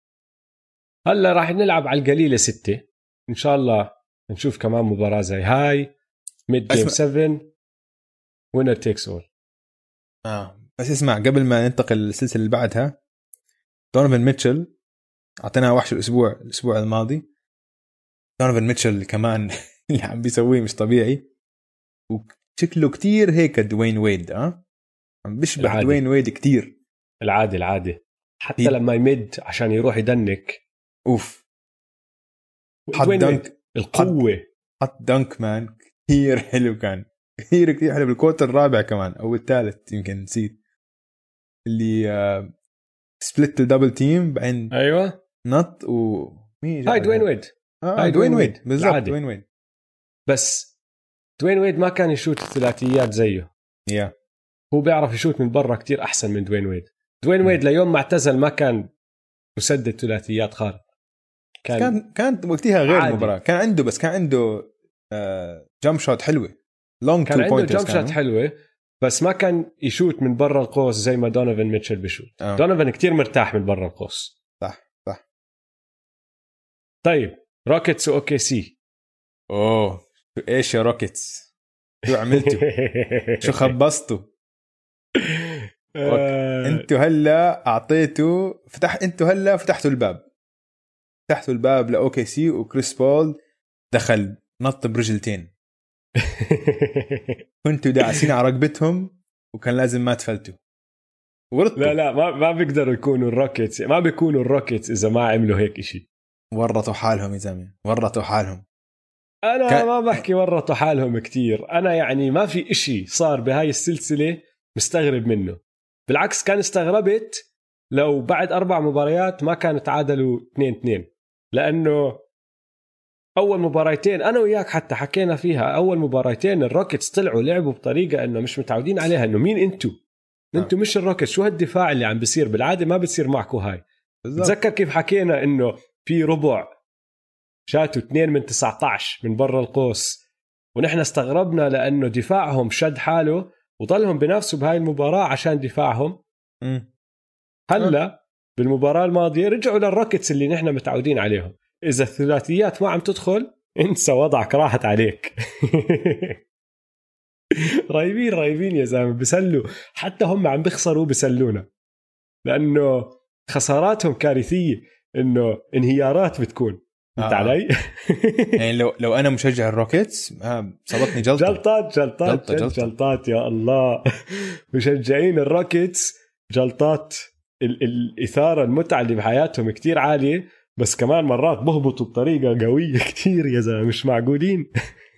هلا راح نلعب على القليلة ستة إن شاء الله نشوف كمان مباراة زي هاي ميد جيم سبعة وينر تيكس اول. آه بس اسمع قبل ما ننتقل للسلسلة اللي بعدها دونوفن ميتشل أعطينا وحش الأسبوع الأسبوع الماضي. دونوفن ميتشل كمان اللي عم بيسويه مش طبيعي وشكله كتير هيك دوين ويد. أه عم بيشبه العادي. دوين ويد كتير العادي العادي حتى هي. لما يمد عشان يروح يدنك أوف حط دنك القوة حط دنك مان كتير حلو. كان كتير كتير حلو بالكوتر الرابع كمان أو الثالث يمكن نسيت اللي آه سبلت الدبل تيم بعدين أيوة نط و هاي دوين ويد. آه هاي دوين ويد بالضبط دوين ويد. بس دوين ويد ما كان يشوت الثلاثيات زيه. yeah. هو بيعرف يشوت من برا كتير أحسن من دوين ويد. دوين ويد ليوم ما اعتزل ما كان يسدد ثلاثيات خارج. كان كان كانت وقتها غير المباراة كان عنده بس كان عنده آه جامب شوت حلوة لونج كان عنده جامب شوت حلوة بس ما كان يشوت من برا القوس زي ما دونوفن ميتشل بيشوت. آه. دونوفن كتير مرتاح من برا القوس. صح صح. طيب روكيتس واوكي سي. اوه ايش يا روكيتس شو عملتوا؟ شو خبصتوا؟ انتوا هلا اعطيتوا فتح انتوا هلا فتحتوا الباب فتحتوا الباب لاوكي سي وكريس بول دخل نط برجلتين. كنتوا داعسين على رقبتهم وكان لازم ما تفلتوا ورطوا. لا لا ما ما بيقدروا يكونوا الروكيتس ما بيكونوا الروكيتس اذا ما عملوا هيك إشي. ورطوا حالهم يا زلمه ورطوا حالهم. انا ك... ما بحكي ورطوا حالهم كتير. انا يعني ما في إشي صار بهاي السلسله مستغرب منه. بالعكس كان استغربت لو بعد أربع مباريات ما كانوا تعادلوا اثنين اثنين لأنه أول مباراتين أنا وياك حتى حكينا فيها. أول مباراتين الروكيتس طلعوا لعبوا بطريقة أنه مش متعودين عليها. أنه مين أنتوا؟ أنتوا مش الروكيتس. شو هالدفاع اللي عم بيصير بالعادة ما بتصير معكم هاي. تذكر كيف حكينا أنه في ربع شاتوا اثنين من تسعة عشر من برا القوس ونحن استغربنا لأنه دفاعهم شد حاله وضلهم بنفسوا بهاي المباراة عشان دفاعهم. م. هلا بالمباراة الماضية رجعوا للروكيتس اللي نحن متعودين عليهم. إذا الثلاثيات ما عم تدخل انسى وضعك راحت عليك. رايبين رايبين يا زلمة بسلوا. حتى هم عم بيخسروا بسلونا لأنه خساراتهم كارثية. إنه انهيارات بتكون انت آه. علي. يعني لو لو انا مشجع الروكيتس صابتني جلطه جلطات جلطات جلطة جلطة. جلطات يا الله. مشجعين الروكيتس جلطات. ال- الإثارة المتعة اللي بحياتهم كتير عالية بس كمان مرات بهبطوا بطريقة قوية كتير يا زلمة مش معقولين.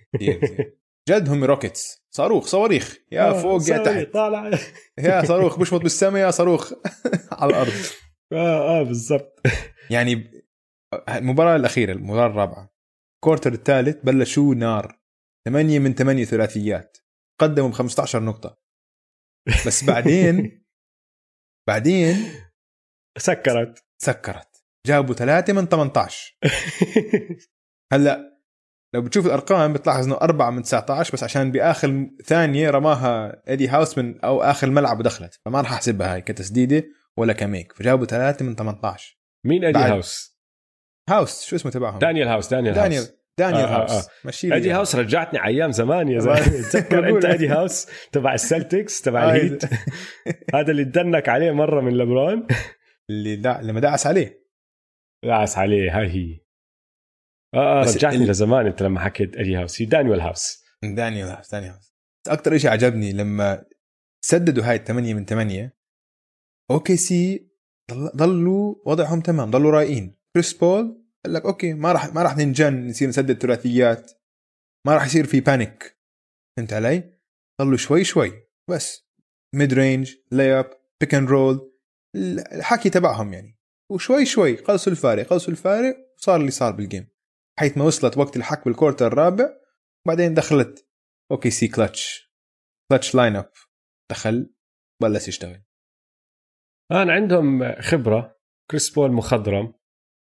جد هم روكيتس صاروخ صواريخ يا آه فوق يا تحت طالع يا صاروخ بشبط بالسماء يا صاروخ على الأرض. اه اه بالضبط. يعني المباراة الأخيرة المباراة الرابعة كورتر الثالث بلشوا نار ثمانية من ثمانية ثلاثيات قدموا بخمسة عشر نقطة بس بعدين بعدين سكرت سكرت جابوا ثلاثة من ثمانية عشر. هلأ لو بتشوف الأرقام بتلاحظ إنه أربعة من تسعة عشر بس عشان بآخر ثانية رماها إيدي هاوس من أو آخر ملعب ودخلت فما راح أحسبها هاي كتسديدة ولا كميك فجابوا ثلاثة من ثمانية عشر. مين إيدي هاوس؟ هاوس شو اسمه تبعهم؟ دانيال هاوس دانيال دانيال هاوس دانيال آه هاوس آه آه. ماشي إيدي هاوس رجعتني على أيام زمان يا زلمة. تذكر أنت إيدي هاوس تبع السلتكس تبع الهيت هذا اللي دنك عليه مرة من لبران اللي دع... لما دعس عليه دعس عليه هاي هي اه, آه رجعتني ال... لزمان انت لما حكيت ايدي هاوس هي دانيال هاوس دانيال هاوس دانيال هاوس. اكتر شيء عجبني لما سددوا هاي الثمانية من ثمانية اوكي سي ضلوا وضعهم تمام ضلوا رايقين. كريس بول قال لك اوكي ما راح ما راح ننجن نصير نسدد ثلاثيات ما راح يصير في بانيك فهمت علي. ضلوا شوي شوي بس ميد رينج لاي اب بيك اند رول الحكي تبعهم يعني وشوي شوي قلصوا الفارق قلصوا الفارق وصار اللي صار بالجيم حيث ما وصلت وقت الحك بالكورتر الرابع وبعدين دخلت اوكي سي كلتش كلتش لاين اب دخل بلش يشتغل. أنا عندهم خبرة كريس بول مخضرم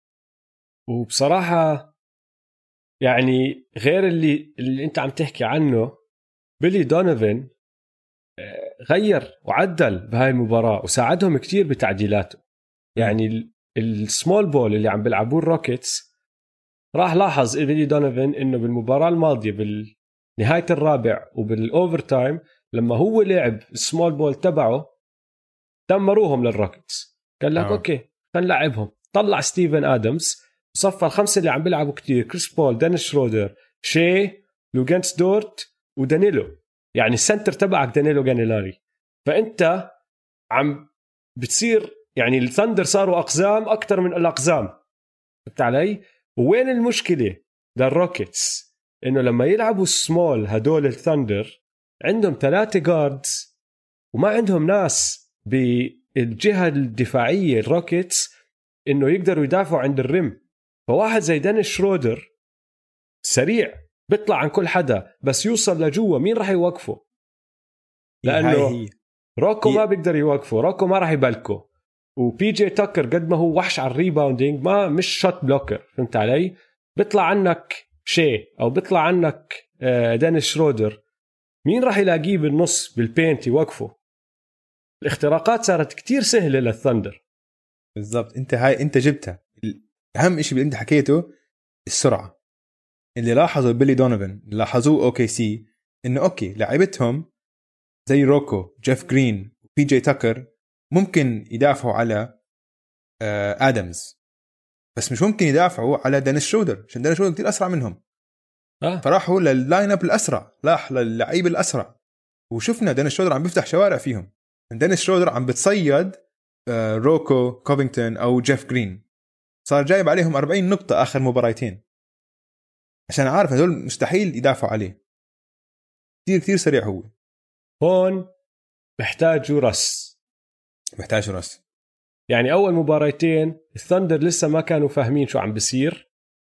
وبصراحة يعني غير اللي اللي أنت عم تحكي عنه بيلي دونوفن غير وعدل بهاي المباراة وساعدهم كتير بتعديلاته. يعني السمول بول اللي عم بيلعبوه الروكيتس راح لاحظ بيلي دونوفن إنه بالمباراة الماضية بالنهاية الرابع وبالأوفر تايم لما هو لعب السمول بول تبعه دمروهم للروكيتس. قال لك آه. أوكي خلينا نلعبهم. طلع ستيفن آدمز صفى الخمسة اللي عم بيلعبوا كتير كريس بول دينيس شرودر شي لوغانس دورت ودانيلو. يعني السنتر تبعك دانيلو جانيلاري. فأنت عم بتصير يعني الثندر صاروا أقزام أكتر من الأقزام فهمت علي. وين المشكلة ده الروكيتس إنه لما يلعبوا السمول هدول الثندر عندهم ثلاثة جاردز وما عندهم ناس بالجهة الدفاعية الروكيتس إنه يقدروا يدافعوا عند الرم. فواحد زي دانيس شرودر سريع بيطلع عن كل حدا بس يوصل لجوه مين راح يوقفه؟ لأنه روكو ما بيقدر يوقفه. روكو ما راح يبلكه. وبي جي تاكر قد ما هو وحش على الريباوندينج ما مش شوت بلوكر فهمت علي. بيطلع عنك شي أو بيطلع عنك دانيس شرودر مين راح يلاقيه بالنص بالبينت يوقفه؟ الاختراقات صارت كتير سهلة للثندر. بالضبط انت هاي انت جبتها. اهم شيء اللي انت حكيته السرعة اللي لاحظوا بيلي دونوفن لاحظوه اوكي سي انه اوكي لعبتهم زي روكو جيف جرين وبي جي تاكر ممكن يدافعوا على آدمز بس مش ممكن يدافعوا على دانيس شرودر عشان دانيس شرودر كتير أسرع منهم. آه. فراحوا لللاين اب الأسرع لاح للعيب الأسرع وشفنا دانيس شرودر عم بيفتح شوارع فيهم. دانيس شرودر عم بتصيد آه روكو كوفينغتون أو جيف جرين صار جايب عليهم أربعين نقطة آخر مباراتين عشان عارف هذول مستحيل يدافعوا عليه. كتير كتير سريع هو. هون بحتاجوا رس محتاج رس. يعني أول مباراتين الثندر لسه ما كانوا فاهمين شو عم بيصير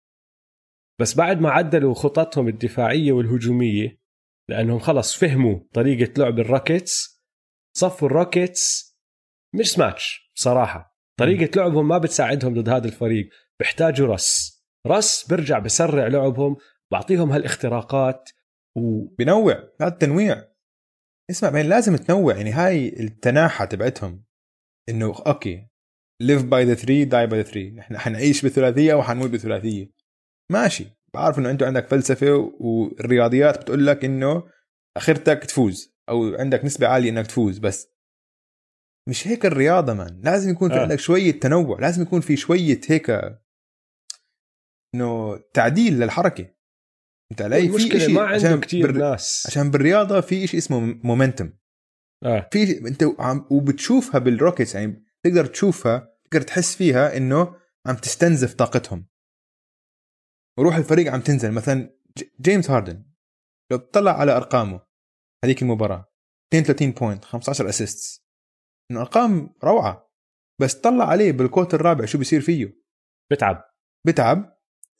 بس بعد ما عدلوا خططهم الدفاعية والهجومية لأنهم خلص فهموا طريقة لعب الروكيتس صفوا الروكيتس مش ماتش بصراحة. طريقة م. لعبهم ما بتساعدهم ضد هذا الفريق. بيحتاجوا رس. رس برجع بسرع لعبهم بعطيهم هالاختراقات وبنوع. هذا التنويع اسمع بين لازم تنوع. يعني هاي التناحة تبعتهم انه اوكي live by the three die by the three نحن حنعيش بثلاثية او حنموت بثلاثية ماشي. بعرف انه انتوا عندك فلسفة والرياضيات بتقول لك انه اخرتك تفوز او عندك نسبة عالية انك تفوز بس مش هيك الرياضة مان. لازم يكون في آه. عندك شوية تنوع. لازم يكون في شوية هيك انه تعديل للحركة. انت علي في شيء ما عنده كتير بر... ناس عشان بالرياضة في شيء اسمه مومنتم. آه. في انت عم وبتشوفها بالروكيتس يعني تقدر تشوفها تقدر تحس فيها انه عم تستنزف طاقتهم وروح الفريق عم تنزل. مثلا جيمس هاردن لو تطلع على ارقامه هذيك المباراه اثنين وثلاثين بوينت خمسة عشر اسيستس، انه ارقام روعه، بس طلع عليه بالكوت الرابع شو بيصير فيه. بتعب بتعب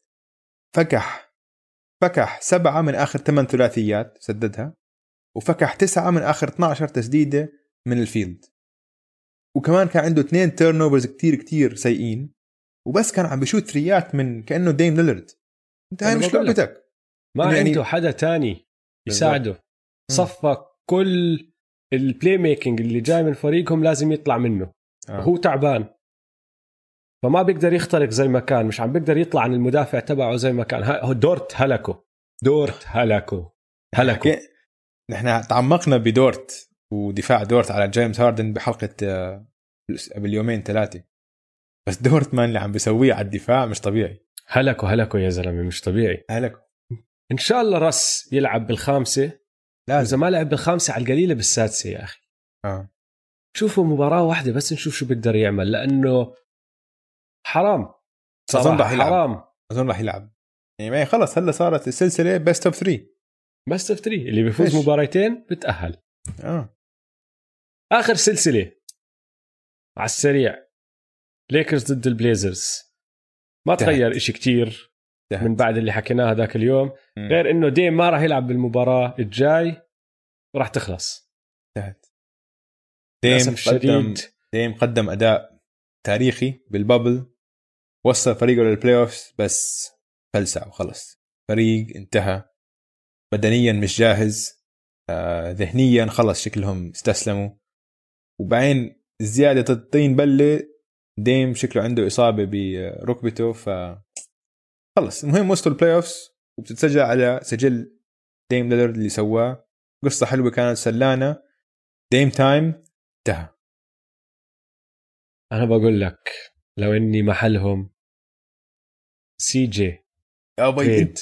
فكح فكح سبعة من آخر ثمان ثلاثيات سددها، وفكح تسعة من آخر اثنا عشر تسديدة من الفيلد، وكمان كان عنده اثنين تيرن اوفرز كتير كتير سيئين، وبس كان عم بيشوت ثريات من كأنه ديم ليلرد. انت هاي مش لعبتك، ما يعني عنده حدا تاني يساعده. صفى كل البلاي ميكينج اللي جاي من فريقهم لازم يطلع منه آه. وهو تعبان، فما بيقدر يخترق زي ما كان، مش عم بيقدر يطلع عن المدافع تبعه زي ما كان. هو دورت هلكه دورت هلكه هلكه نحن تعمقنا بدورت ودفاع دورت على جيمس هاردن بحلقة باليومين ثلاثة، بس دورت مان اللي عم بيسويه على الدفاع مش طبيعي. هلكه هلكه يا زلمة، مش طبيعي. هلكه. إن شاء الله رس يلعب بالخامسة، إذا ما لعب بالخامسة على القليلة بالسادسة يا أخي. آه. شوفوا مباراة واحدة بس نشوف شو بيقدر يعمل، لأنه حرام أظن راح يلعب. حرام أظن راح يلعب يعني، ما خلص هلا صارت السلسلة بيست اوف ثري، بيست اوف ثري اللي بيفوز إيش؟ مباراتين بتأهل. آه. آخر سلسلة على السريع، ليكرز ضد البليزرز. ما تغير إشي كتير تهت. من بعد اللي حكيناه هذاك اليوم م. غير إنه ديم ما راح يلعب بالمباراة الجاي وراح تخلص. تهت. ديم قدم ديم قدم أداء تاريخي بالبابل، وصل فريقه للبلاي أوفس بس فلسع وخلص. فريق انتهى بدنيا مش جاهز، آه ذهنيا خلص شكلهم استسلموا، وبعدين زيادة الطين بلة ديم شكله عنده إصابة بركبته، ف خلص. المهم وصلوا البلاي أوفس وبتتسجل على سجل ديم ليلرد اللي سواه. قصة حلوة كانت سلانة. ديم تايم انتهى. أنا بقول لك لو إني محلهم سي جي تريد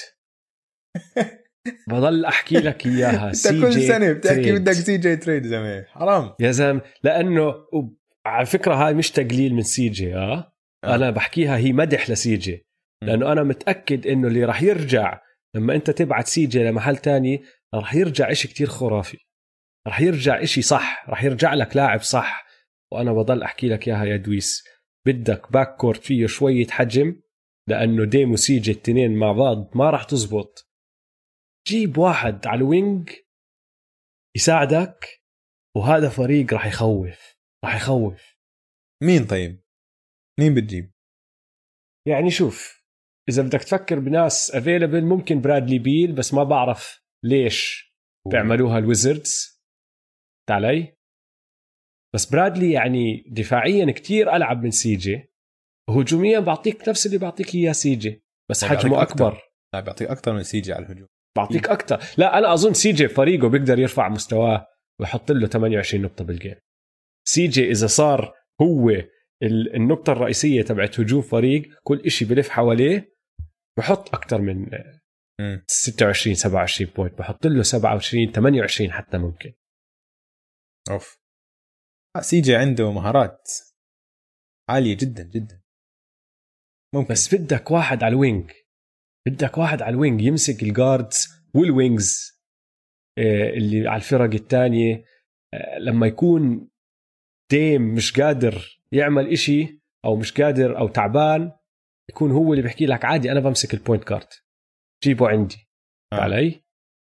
بضل أحكي لك إياها. سي كل جي سنة بتحكي بدك سي جي تريد زمان، حرام يا زلمة. لأنه على فكرة هاي مش تقليل من سي جي آه. آه. أنا بحكيها هي مدح لسي جي، لأنه أنا متأكد إنه اللي راح يرجع لما أنت تبعت سي جي لمحل تاني راح يرجع إشي كتير خرافي، راح يرجع إشي صح، راح يرجع لك لاعب صح. وأنا بضل أحكي لك ياها يا دويس، بدك باك كورت فيه شوية حجم، لأنه ديم وسي جي التنين مع بعض ما راح تزبط. جيب واحد على الوينج يساعدك، وهذا فريق راح يخوف راح يخوف. مين طيب مين بتجيب؟ يعني شوف، إذا بدك تفكر بناس available ممكن برادلي بيل، بس ما بعرف ليش بيعملوها الويزردز تعالي. بس برادلي يعني دفاعيا كتير ألعب من سي جي، وهجوميا بعطيك نفس اللي بعطيك إياه سي جي، بس حجمه أكبر. لا بعطيك أكتر من سي جي على الهجوم، بعطيك أكتر. لا أنا أظن سي جي فريقه بيقدر يرفع مستواه ويحط له ثمانية وعشرين نقطة بالجيم. سي جي إذا صار هو النقطة الرئيسية تبعت هجوم فريق، كل إشي بلف حواليه، بحط أكتر من ستة وعشرين سبعة وعشرين بوينت، بحط له سبعة وعشرين ثمانية وعشرين حتى ممكن. أوف، سي جي عنده مهارات عالية جدا جدا ممكن. بس بدك واحد على الوينج، بدك واحد على الوينج يمسك الجاردز والوينجز اللي على الفرق الثانية. لما يكون ديم مش قادر يعمل إشي أو مش قادر أو تعبان، يكون هو اللي بيحكي لك عادي أنا بمسك البوينت كارت، جيبه عندي آه. علي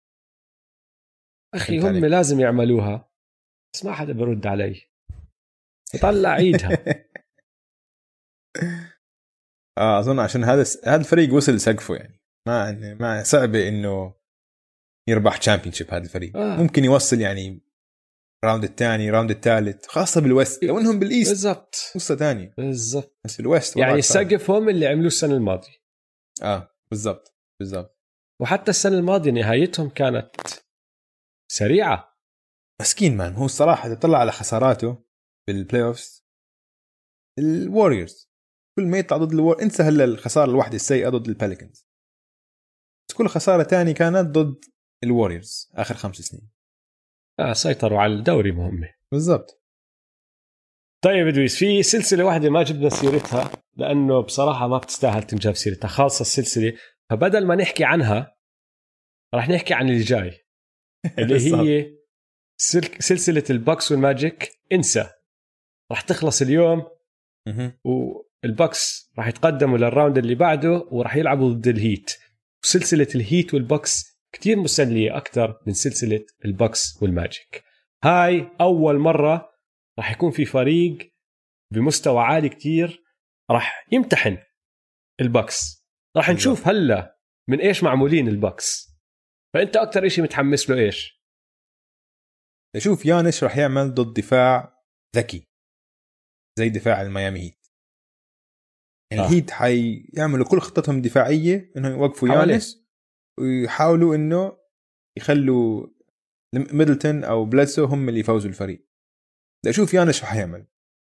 أخي. هم عليك. لازم يعملوها، بس ما حدا برد علي، طلع عيدها. آه أظن عشان هذا هذا الفريق وصل سقفه، يعني ما ما صعبة إنه يربح تشامبيونشيب. هذا الفريق آه. ممكن يوصل يعني راوند الثاني راوند الثالث، خاصة بالوست. لو إنهم بالإيست بالضبط قصة ثانية بالضبط، بس بالوست يعني السقف هم اللي عملوه السنة الماضية. آه بالضبط بالضبط. وحتى السنة الماضية نهايتهم كانت سريعة. مسكين مان، هو الصراحة تطلع على خساراته بالبلاي أوفس. الواريورز كل ما يطلع ضد الوار، انسى هلا الخسارة الواحدة السيئة ضد الباليكنز، كل خسارة تاني كانت ضد الواريورز آخر خمس سنين. آه سيطروا على الدوري مهمة. بالضبط. طيب ادويس، في سلسلة واحدة ما جبنا سيرتها لأنه بصراحة ما بتستاهل تنجاب سيرتها، خاصة السلسلة، فبدل ما نحكي عنها راح نحكي عن اللي جاي اللي هي سلسلة الباكس والماجيك. انسى، راح تخلص اليوم والباكس راح يتقدموا للراوند اللي بعده وراح يلعبوا ضد الهيت. وسلسلة الهيت والباكس كتير مسلية أكتر من سلسلة الباكس والماجيك. هاي أول مرة راح يكون في فريق بمستوى عالي كتير راح يمتحن الباكس. راح نشوف هلا من إيش معمولين الباكس. فأنت أكتر إشي متحمس له إيش؟ نشوف يانس راح يعمل ضد دفاع ذكي زي دفاع الميامي هيت. يعني آه. الهيت حيعملوا كل خطتهم الدفاعية إنه يوقفوا يانس ويحاولوا إنه يخلوا ميدلتون أو بلاتسو هم اللي يفوزوا الفريق. بدي أشوف يانس شو حيعمل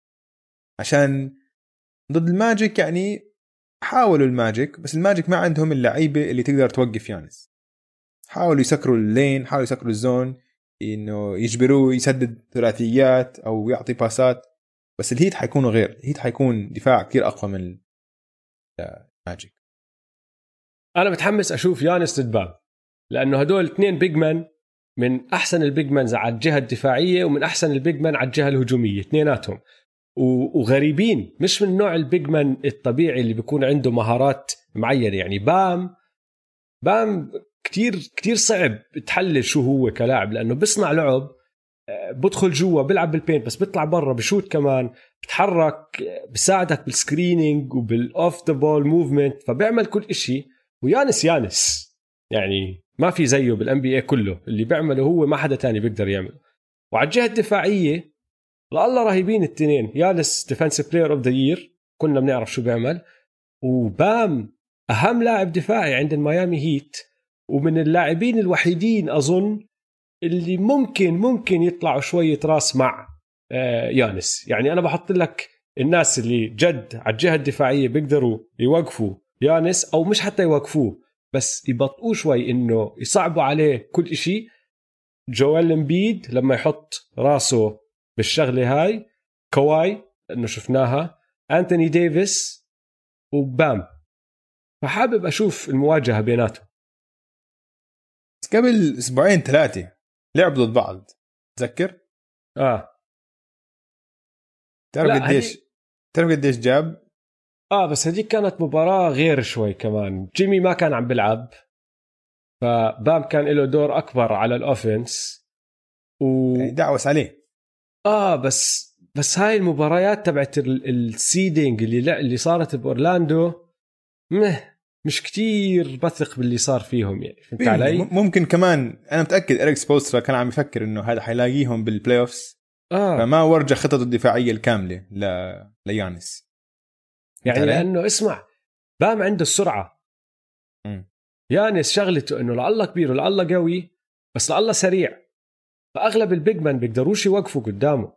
عشان ضد الماجيك. يعني حاولوا الماجيك بس الماجيك ما عندهم اللعيبة اللي تقدر توقف يانس. حاولوا يسكروا اللين، حاولوا يسكروا الزون، إنه يجبروه يسدد ثلاثيات أو يعطي باسات. بس الهيت حيكونوا غير. الهيت حيكون دفاع كتير أقوى من الماجيك. أنا متحمس أشوف يانس ضد بام لأنه هدول اثنين بيج مان من أحسن البيج مانز على الجهة الدفاعية ومن أحسن البيج مان على الجهة الهجومية. اثنيناتهم وغريبين، مش من نوع البيج مان الطبيعي اللي بيكون عنده مهارات معينة. يعني بام بام كتير كتير صعب تحلل شو هو كلاعب لأنه بيصنع لعب، بدخل جوا بيلعب بالبينت بس بيطلع برا بشوت كمان، بتحرك، بساعدك بالسكرينينج وبالأوف ذا بول موفمنت، فبيعمل كل إشي. ويانس يانس يعني ما في زيه بالان بي اي كله. اللي بيعمله هو ما حدا تاني بيقدر يعمله. وعلى الجهة الدفاعية لله رهيبين التنين. يانس ديفنسيف بلاير اوف ذا يير، كنا بنعرف شو بيعمل. وبام أهم لاعب دفاعي عند الميامي هيت، ومن اللاعبين الوحيدين أظن اللي ممكن ممكن يطلعوا شوية راس مع يانس. يعني أنا بحط لك الناس اللي جد على الجهة الدفاعية بيقدروا يوقفوا يانس، أو مش حتى يوقفوه بس يبطئوا شوي إنه يصعبوا عليه كل إشي. جويل امبيد لما يحط راسه بالشغلة هاي، كواي إنه شفناها، أنتوني ديفيس وبام. فحابب أشوف المواجهة بيناتهم. قبل أسبوعين ثلاثة لعبوا ضد بعض، تذكر؟ آه تعرف قديش هدي... تعرف قديش جاب؟ آه بس هذيك كانت مباراة غير شوي كمان. جيمي ما كان عم بلعب، فبام كان له دور أكبر على الأوفنس و... يعني دعوس عليه. آه بس بس هاي المباريات تبعت السيدينج اللي اللي صارت بأورلاندو مه مش كتير بثق باللي صار فيهم. يعني فهمت علي؟ ممكن كمان أنا متأكد إريك سبولسترا كان عم يفكر إنه هذا حيلاقيهم بالبلاي أوفس، آه. فما ورجع خطته الدفاعية الكاملة ل... ليانس. يعني لأنه اسمع، بام عنده السرعة. م. يانس شغلته إنه لعله كبير ولعله قوي بس لعله سريع، فأغلب البيجمان بيقدروش يوقفوا قدامه.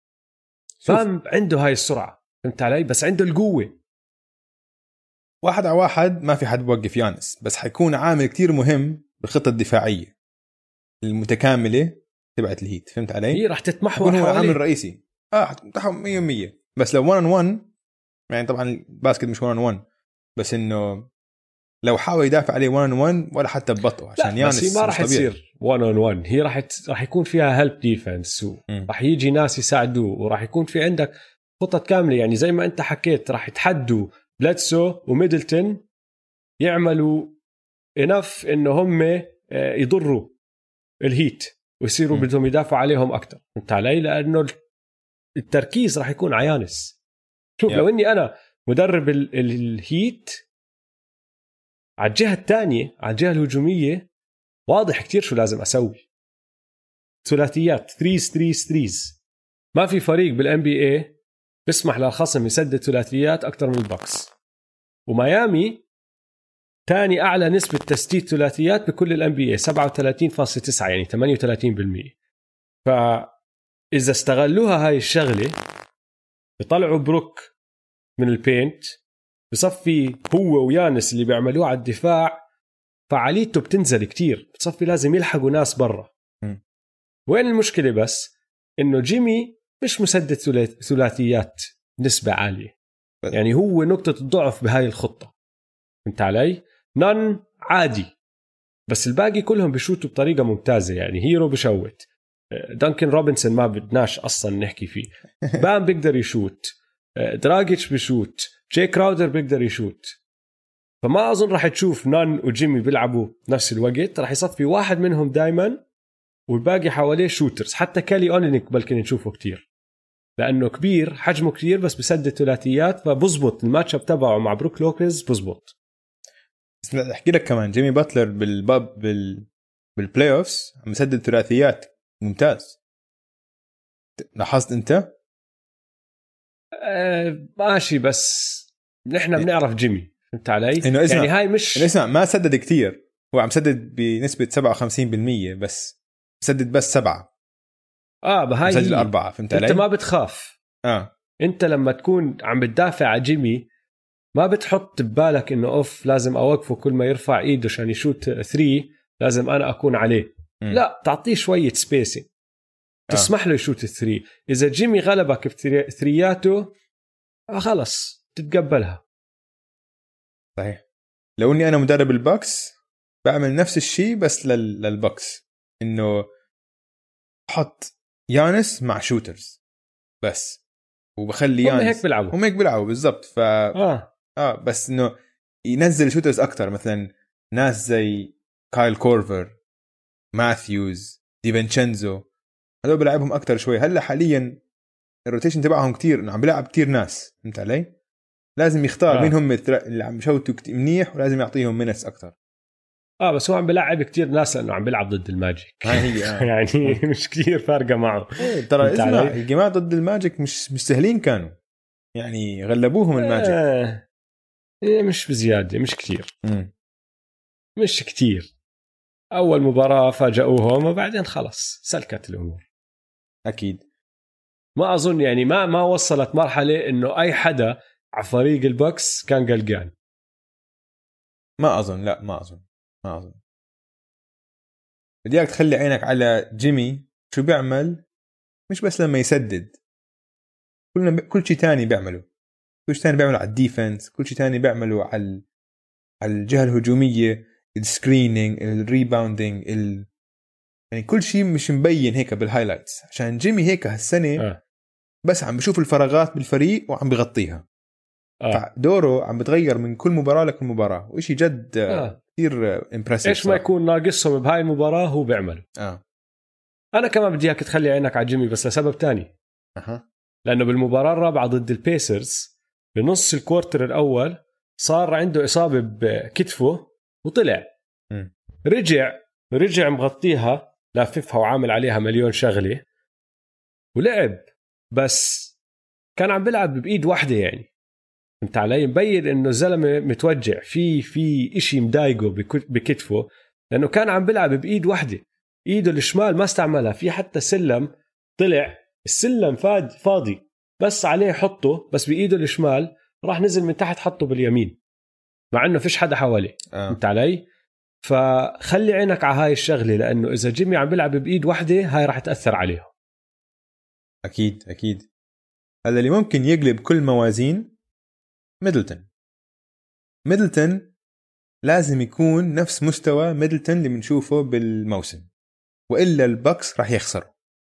بام عنده هاي السرعة، فهمت علي؟ بس عنده القوة. واحد على واحد ما في حد بوقف يانس، بس حيكون عامل كتير مهم بالخطة الدفاعية المتكاملة تبعت الهيت. فهمت علي؟ هي راح تتمحور هو عامل رئيسي. اه حتمحور مية مية. بس لو واحد واحد يعني طبعا الباسكت مش واحد واحد، بس انه لو حاول يدافع عليه واحد واحد ولا حتى ببطئه عشان يانس. بس هي ما راح تصير واحد واحد. هي راح ت... راح يكون فيها هيلب ديفنس، وراح يجي ناس يساعدوه، وراح يكون في عندك خطط كاملة. يعني زي ما انت حكيت راح يتحدوا بلاتسو وميدلتون يعملوا انف انه هم يضروا الهيت ويصيروا بدهم يدافعوا عليهم اكتر. انت علي؟ لانه التركيز راح يكون على يانس. شوف yeah. لو اني انا مدرب ال- الهيت على الجهة الثانية، على الجهة الهجومية، واضح كتير شو لازم اسوي. ثلاثيات ثريز ثريز ثريز. ما في فريق بالان بي اي بيسمح للخصم يسدد ثلاثيات اكتر من البوكس. وميامي تاني اعلى نسبة تسديد ثلاثيات بكل الان بي اي، سبعة وثلاثين فاصلة تسعة يعني ثمانية وثلاثين بالمية. فاذا استغلوها هاي الشغلة بيطلعوا بروك من البينت، بصفي هو ويانس اللي بيعملوه على الدفاع فعاليته بتنزل كتير، بتصفي لازم يلحقوا ناس برا. وين المشكلة؟ بس انه جيمي مش مسدد ثلاثيات نسبة عالية، يعني هو نقطة الضعف بهاي الخطة. فهمت علي؟ نان عادي، بس الباقي كلهم بيشوتوا بطريقة ممتازة. يعني هيرو بشوت، دانكن روبنسون ما بدناش أصلا نحكي فيه، بام بيقدر يشوت، دراجيتش بيشوت، جاي كراودر بيقدر يشوت. فما أظن راح تشوف نان وجيمي بيلعبوا نفس الوقت، راح يصفي واحد منهم دايما والباقي حواليه شوترز. حتى كالي أولينيك بلكن نشوفه كتير لأنه كبير، حجمه كتير، بس بسدد ثلاثيات، فبزبط الماتش اب تبعه مع بروك لوبيز بزبط. بس احكي لك كمان جيمي باتلر بالباب بال بالبلاي اوفز عم يسدد ثلاثيات ممتاز. لاحظت انت؟ أه ماشي، بس نحن بنعرف جيمي، فهمت علي؟ إنه اسمع يعني هاي مش اسمع ما سدد كتير، هو عم سدد بنسبة سبعة وخمسين بالمية بس، سدد بس سبعة. اه بهاي سجل أربعة، فهمت علي؟ انت ما بتخاف. اه انت لما تكون عم بتدافع على جيمي ما بتحط ببالك انه اوف لازم اوقفه كل ما يرفع ايده عشان يشوت ثري لازم انا اكون عليه. م. لا، تعطيه شوية سبيسنج، تسمح له يشوت الثري. إذا جيمي غلبك بثرياته خلص تتقبلها. صحيح. لو اني انا مدرب الباكس بعمل نفس الشيء بس لل... للباكس، انه احط يانس مع شوترز بس، وبخلي يانس هم هيك بيلعبوا هم هيك بيلعبوا بالضبط. ف اه اه بس انه ينزل شوترز اكتر، مثلا ناس زي كايل كورفر، ماثيوز، ديفينشينزو، هذول بلعبهم اكتر شوي. هلا حاليا الروتيشن تبعهم كتير، انه عم بيلعب كتير ناس، فهمت علي؟ لازم يختار آه. مين هم اللي عم يشوتوا منيح، ولازم يعطيهم مينتس اكتر. اه بس هو عم بيلعب كتير ناس لانه عم بيلعب ضد الماجيك. هاي هي آه. يعني مش كتير فارقه معه. إيه ترى اسمع، الجماعة ضد الماجيك مش مش سهلين كانوا، يعني غلبوهم الماجيك. آه. مش بزياده، مش كتير م. مش كتير. اول مباراه فاجئوهم وبعدين خلص سلكت الامور. اكيد ما اظن يعني ما ما وصلت مرحله انه اي حدا على فريق البوكس كان قلقان. ما اظن، لا ما اظن ما اظن بدي اياك تخلي عينك على جيمي شو بيعمل، مش بس لما يسدد، كل كل شيء تاني بيعمله، كل شيء تاني بيعمله على الديفنس، كل شيء تاني بيعمله على على الجهه الهجوميه، السكرينينج، الريباوندينج، ال... يعني كل شيء مش مبين هيك بالهايلايتس، عشان جيمي هيك هالسنه آه. بس عم بشوف الفراغات بالفريق وعم بغطيها. آه. دوره عم بتغير من كل مباراة لكل مباراة، وإشي جد آه. كثير امبرسيف. إيش ما يكون ناقصهم بهاي المباراة هو بيعمل. آه. أنا كمان بدي إياك تخلي عينك على جيمي بس لسبب تاني. أها. لأنه بالمباراة الرابعة ضد البيسرز بنص الكوارتر الأول صار عنده إصابة بكتفه وطلع م. رجع رجع مغطيها لاففها وعامل عليها مليون شغلة ولعب، بس كان عم بيلعب بإيد واحدة. يعني انت علي مبين انه زلمه متوجع في في اشي مضايقه بكتفه، لانه كان عم بيلعب بايد واحده، ايده الشمال ما استعملها. في حتى سلم طلع السلم فاد فاضي بس عليه حطه، بس بايده الشمال راح نزل من تحت حطه باليمين مع انه فيش حدا حواليه. آه. انت علي؟ فخلي عينك على هاي الشغله، لانه اذا جيمي عم بيلعب بايد واحده هاي راح تاثر عليه. اكيد اكيد. هذا اللي ممكن يقلب كل موازين ميدلتون. ميدلتون لازم يكون نفس مستوى ميدلتون اللي بنشوفه بالموسم، وإلا الباكس راح يخسروا.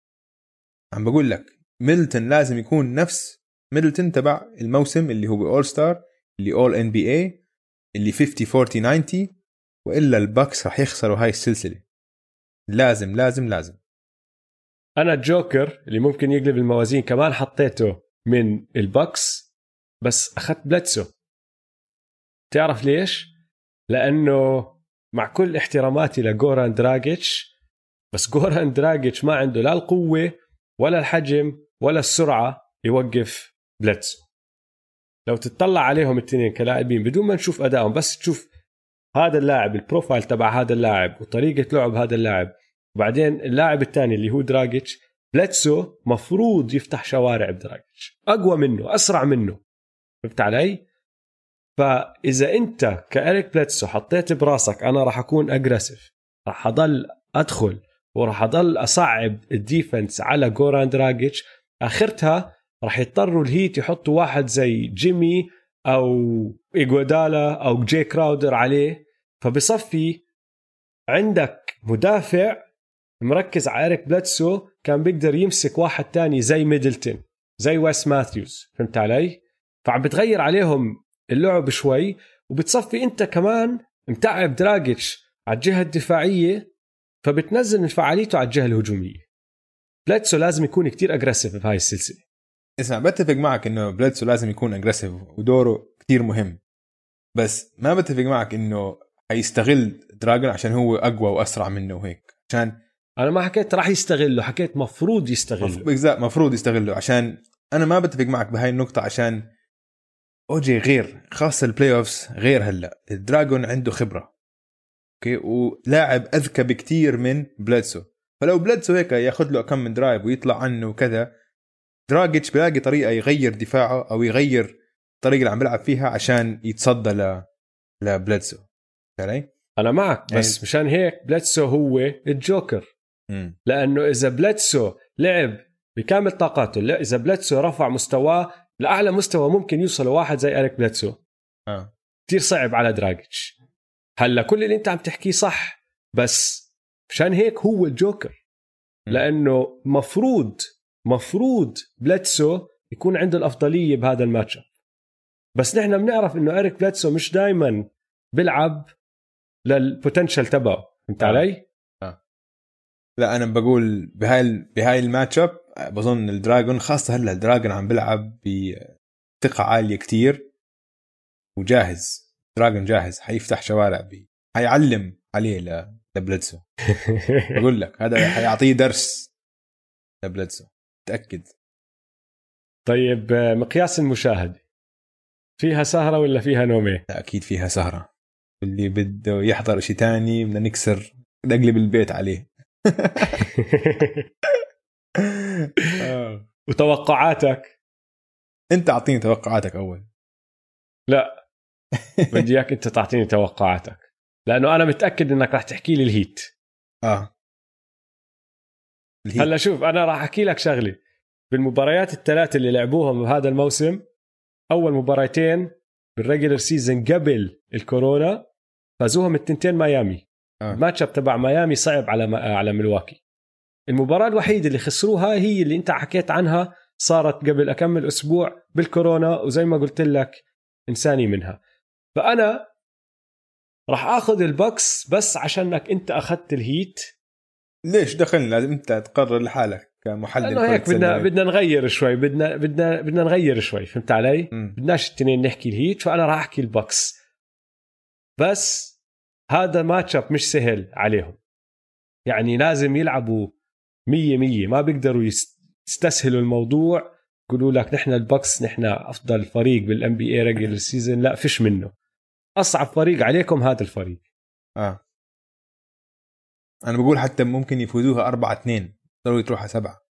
عم بقول لك ميدلتون لازم يكون نفس ميدلتون تبع الموسم اللي هو بأول ستار، اللي أول إن بي إيه، اللي خمسين أربعين تسعين، وإلا الباكس راح يخسروا هاي السلسلة. لازم لازم لازم. أنا الجوكر اللي ممكن يقلب الموازين كمان حطيته من الباكس، بس أخذت بلاتسو. تعرف ليش؟ لأنه مع كل احتراماتي لغوران دراجيتش، بس غوران دراجيتش ما عنده لا القوة ولا الحجم ولا السرعة يوقف بلاتسو. لو تتطلع عليهم الاثنين كلاعبين بدون ما نشوف أدائهم، بس تشوف هذا اللاعب البروفايل تبع هذا اللاعب وطريقة لعب هذا اللاعب، وبعدين اللاعب الثاني اللي هو دراجيتش، بلاتسو مفروض يفتح شوارع بدراجيتش، أقوى منه أسرع منه. فهمت علي؟ فإذا أنت كأريك بلاتسو حطيت براسك أنا راح أكون أجريسيف، راح أضل أدخل وراح أضل أصعب الديفنس على غوران دراجيتش، آخرتها راح يضطروا الهيت يحطوا واحد زي جيمي أو إيغودالا أو جاي كراودر عليه، فبصفي عندك مدافع مركز على إريك بلاتسو كان بيقدر يمسك واحد تاني زي ميدلتون زي ويس ماثيوز، فهمت علي؟ فعم بتغير عليهم اللعب شوي، وبتصفي انت كمان متعب دراجيتش على الجهة الدفاعية، فبتنزل من فعاليته على الجهة الهجومية. بلاتسو لازم يكون كتير أجريسيف في هاي السلسلة. اسمع، بتفق معك انه بلاتسو لازم يكون أجريسيف ودوره كتير مهم، بس ما بتفق معك انه هيستغل دراجون عشان هو أقوى وأسرع منه وهيك. عشان أنا ما حكيت راح يستغله، حكيت مفروض يستغله. بالضبط مفروض يستغله. عشان أنا ما بتفق معك بهاي النقطة، عشان أوجي غير، خاصة البلاي أوفس غير. هلأ الدراجون عنده خبرة اوكي، ولاعب أذكى بكتير من بلاتسو، فلو بلاتسو هيك ياخد له كم من درايف ويطلع عنه وكذا، دراجيتش بلاقي طريقة يغير دفاعه أو يغير الطريقة اللي عم بلعب فيها عشان يتصدى ل لبلاتسو. علي؟ أنا معك، بس يعني... مشان هيك بلاتسو هو الجوكر. م. لأنه إذا بلاتسو لعب بكامل طاقاته، لا إذا بلاتسو رفع مستواه لأعلى مستوى ممكن يوصل واحد زي إريك بلاتسو، آه. كتير صعب على دراجيتش. هلا كل اللي أنت عم تحكيه صح، بس مشان هيك هو الجوكر. م. لأنه مفروض مفروض بلاتسو يكون عنده الأفضلية بهذا الماتش، بس نحن بنعرف إنه إريك بلاتسو مش دايما بيلعب للبوتنشال تبعه، فهمت آه. علي؟ آه. لا أنا بقول بهاي بهاي الماتش اب بظن الدراجون، خاصة هلا الدراجون عم بيلعب بثقة عالية كتير وجاهز. دراجون جاهز، حيفتح شوارع بي، حيعلم عليه لبلاتسو. بقول لك هذا حيعطيه درس لبلاتسو، تأكد. طيب مقياس المشاهدة فيها سهرة ولا فيها نومة؟ لا أكيد فيها سهرة. اللي بده يحضر شيء تاني بدنا نكسر نقلب البيت عليه. وتوقعاتك؟ انت اعطيني توقعاتك اول. لا بدي اياك انت تعطيني توقعاتك، لانه انا متاكد انك راح تحكي لي الهيت. اه الهيت. هلا شوف، انا راح احكي لك شغله. بالمباريات الثلاثه اللي لعبوهم بهذا الموسم، اول مباراتين بالريجولر سيزون قبل الكورونا فازوهم التنتين ميامي. آه. الماتش اب تبع ميامي صعب على على ملواكي. المباراة الوحيدة اللي خسروها هي اللي انت حكيت عنها، صارت قبل أكمل أسبوع بالكورونا، وزي ما قلت لك إنساني منها. فأنا راح أخذ البوكس بس عشانك أنت أخذت الهيت. ليش دخلنا؟ لازم أنت تقرر لحالك كمحلل. هيك بدنا بدنا نغير شوي، بدنا بدنا بدنا نغير شوي، فهمت علي؟ م. بدناش التنين نحكي الهيت، فأنا راح أحكي البوكس. بس هذا ماتش اب مش سهل عليهم، يعني لازم يلعبوا مية مية، ما بيقدروا يستسهلوا الموضوع يقولوا لك نحن البوكس نحن أفضل فريق بالان بي اي ريجولر سيزون. لا، فيش منه. أصعب فريق عليكم هذا الفريق. آه. أنا بقول حتى ممكن يفوزوها أربعة اثنين، ضروري تروحها سبعة.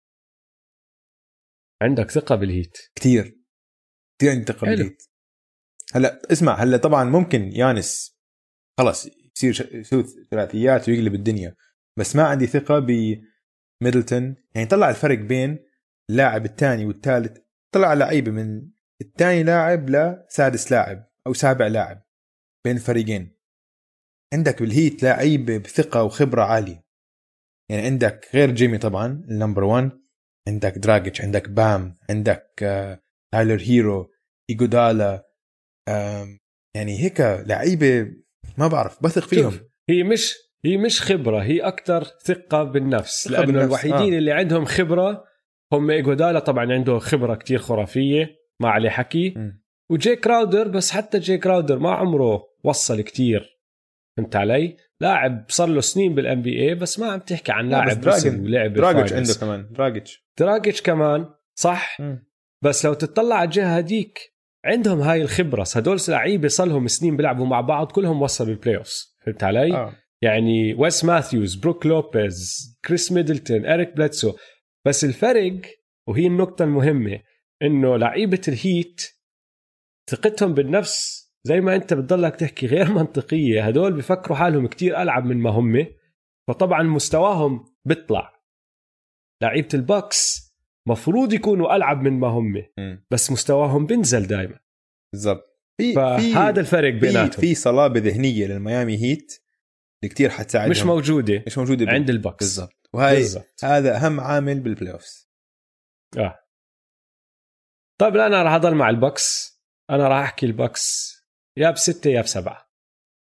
عندك ثقة بالهيت؟ كتير كتير عندي ثقة بالهيت. هلا اسمع، هلا طبعا ممكن يانس خلص يصير يسوي ثلاثيات ويقلب الدنيا، بس ما عندي ثقة بميدلتون. يعني طلع الفرق بين اللاعب الثاني والثالث، طلع لعيبة من الثاني لاعب لسادس لاعب أو سابع لاعب بين الفريقين. عندك بالهيت لعيبة بثقة وخبرة عالية، يعني عندك غير جيمي طبعا النمبر وان، عندك دراجيتش، عندك بام، عندك تايلر هيرو، إيغودالا، يعني هيك لعيبة ما بعرف بثق فيهم. هي مش هي مش خبرة، هي أكتر ثقة بالنفس، ثقة لأنه بالنفس. الوحيدين آه. اللي عندهم خبرة هم إيغودالا، طبعا عنده خبرة كتير خرافية ما عليه حكي، م. وجاي كراودر. بس حتى جاي كراودر ما عمره وصل كتير، فهمت علي؟ لاعب صار له سنين بالان بي اي، بس ما عم تحكي عن لاعب وصل ولعب. دراجيتش عنده كمان دراجيتش دراجيتش كمان صح. م. بس لو تطلع على الجهة هديك عندهم هاي الخبرة، هدول لعيبة صلهم سنين بيلعبوا مع بعض، كلهم وصلوا البلاي أوفس، فهمت علي؟ آه. يعني ويس ماثيوز، بروك لوبيز، كريس ميدلتون، إريك بلاتسو. بس الفرق، وهي النقطة المهمة، إنه لعيبة الهيت ثقتهم بالنفس زي ما أنت بتضلك تحكي غير منطقية. هدول بيفكروا حالهم كتير ألعب من ما هم، فطبعا مستواهم بيطلع. لعيبة البوكس مفروض يكونوا ألعب من ما هم، بس مستواهم بنزل دايما. بالضبط. فهذا الفرق بيناتهم. في صلابة ذهنية للميامي هيت اللي كتير حتساعدهم مش موجوده مش موجوده بال... عند البوكس بالضبط. وهي بالزبط. هذا اهم عامل بالبلاي اوف. اه طيب لا انا راح اضل مع البوكس. انا راح احكي البوكس يا بستة يا بسبعة،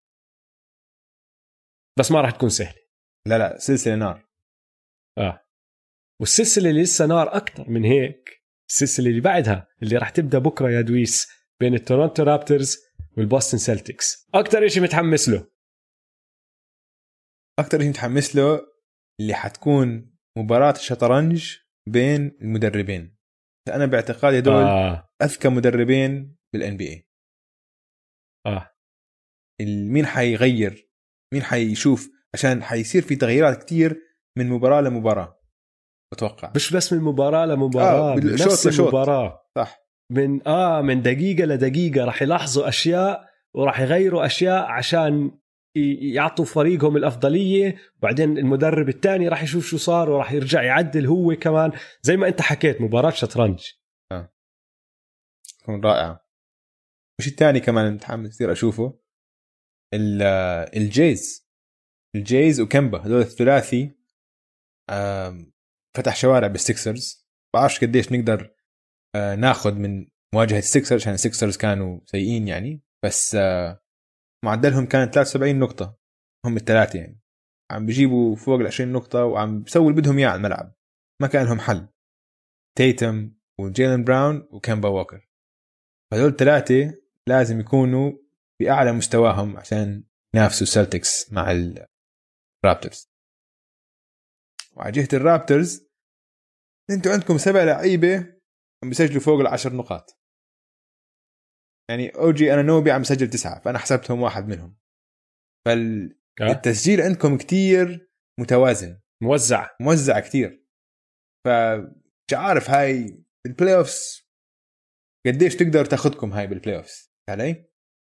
بس ما راح تكون سهله. لا لا سلسله نار. اه والسلسله اللي لسه نار اكثر من هيك السلسله اللي بعدها اللي راح تبدا بكره يا دويس بين التورونتو رابترز والبوستن سيلتكس. اكثر شيء متحمس له اكثر شيء متحمس له اللي حتكون مباراه الشطرنج بين المدربين. انا باعتقادي هدول آه. اذكى مدربين بالان بي اي. اه مين حيغير مين حيشوف، عشان حيصير في تغييرات كتير من مباراه لمباراه اتوقع. مش بس من مباراه لمباراه، آه نفس المباراه صح. من اه من دقيقه لدقيقه راح يلاحظوا اشياء وراح يغيروا اشياء عشان يعطوا فريقهم الافضليه، وبعدين المدرب الثاني راح يشوف شو صار وراح يرجع يعدل هو كمان. زي ما انت حكيت مباراه شطرنج اه تكون رائعه. وشي الثاني كمان متحمس كثير اشوفه الجيز الجيز وكمبا. هذول الثلاثي فتح شوارع بالسيكسرز. بعرفش قديش نقدر ناخذ من مواجهه السيكسرز عشان السيكسرز كانوا سيئين يعني، بس معدلهم كان ثلاثة وسبعين نقطه هم الثلاثه يعني، عم بيجيبوا فوق ال عشرين نقطه وعم بيسووا اللي بدهم اياه على الملعب. ما كان لهم حل. تيتم وجيلن براون وكمبا ووكر، هذول الثلاثه لازم يكونوا بأعلى مستواهم عشان ينافسوا السلتكس مع الرابترز. وعلى جهة الرابترز انتوا عندكم سبع لعيبة عم بيسجلوا فوق العشر نقاط يعني. اوجي انا نوبي عم بسجل تسعة، فانا حسبتهم واحد منهم. فالتسجيل عندكم كتير متوازن موزع موزع كتير. فمش عارف هاي بالبلاي اوفس قديش تقدر تاخدكم هاي بالبلاي اوفس علي.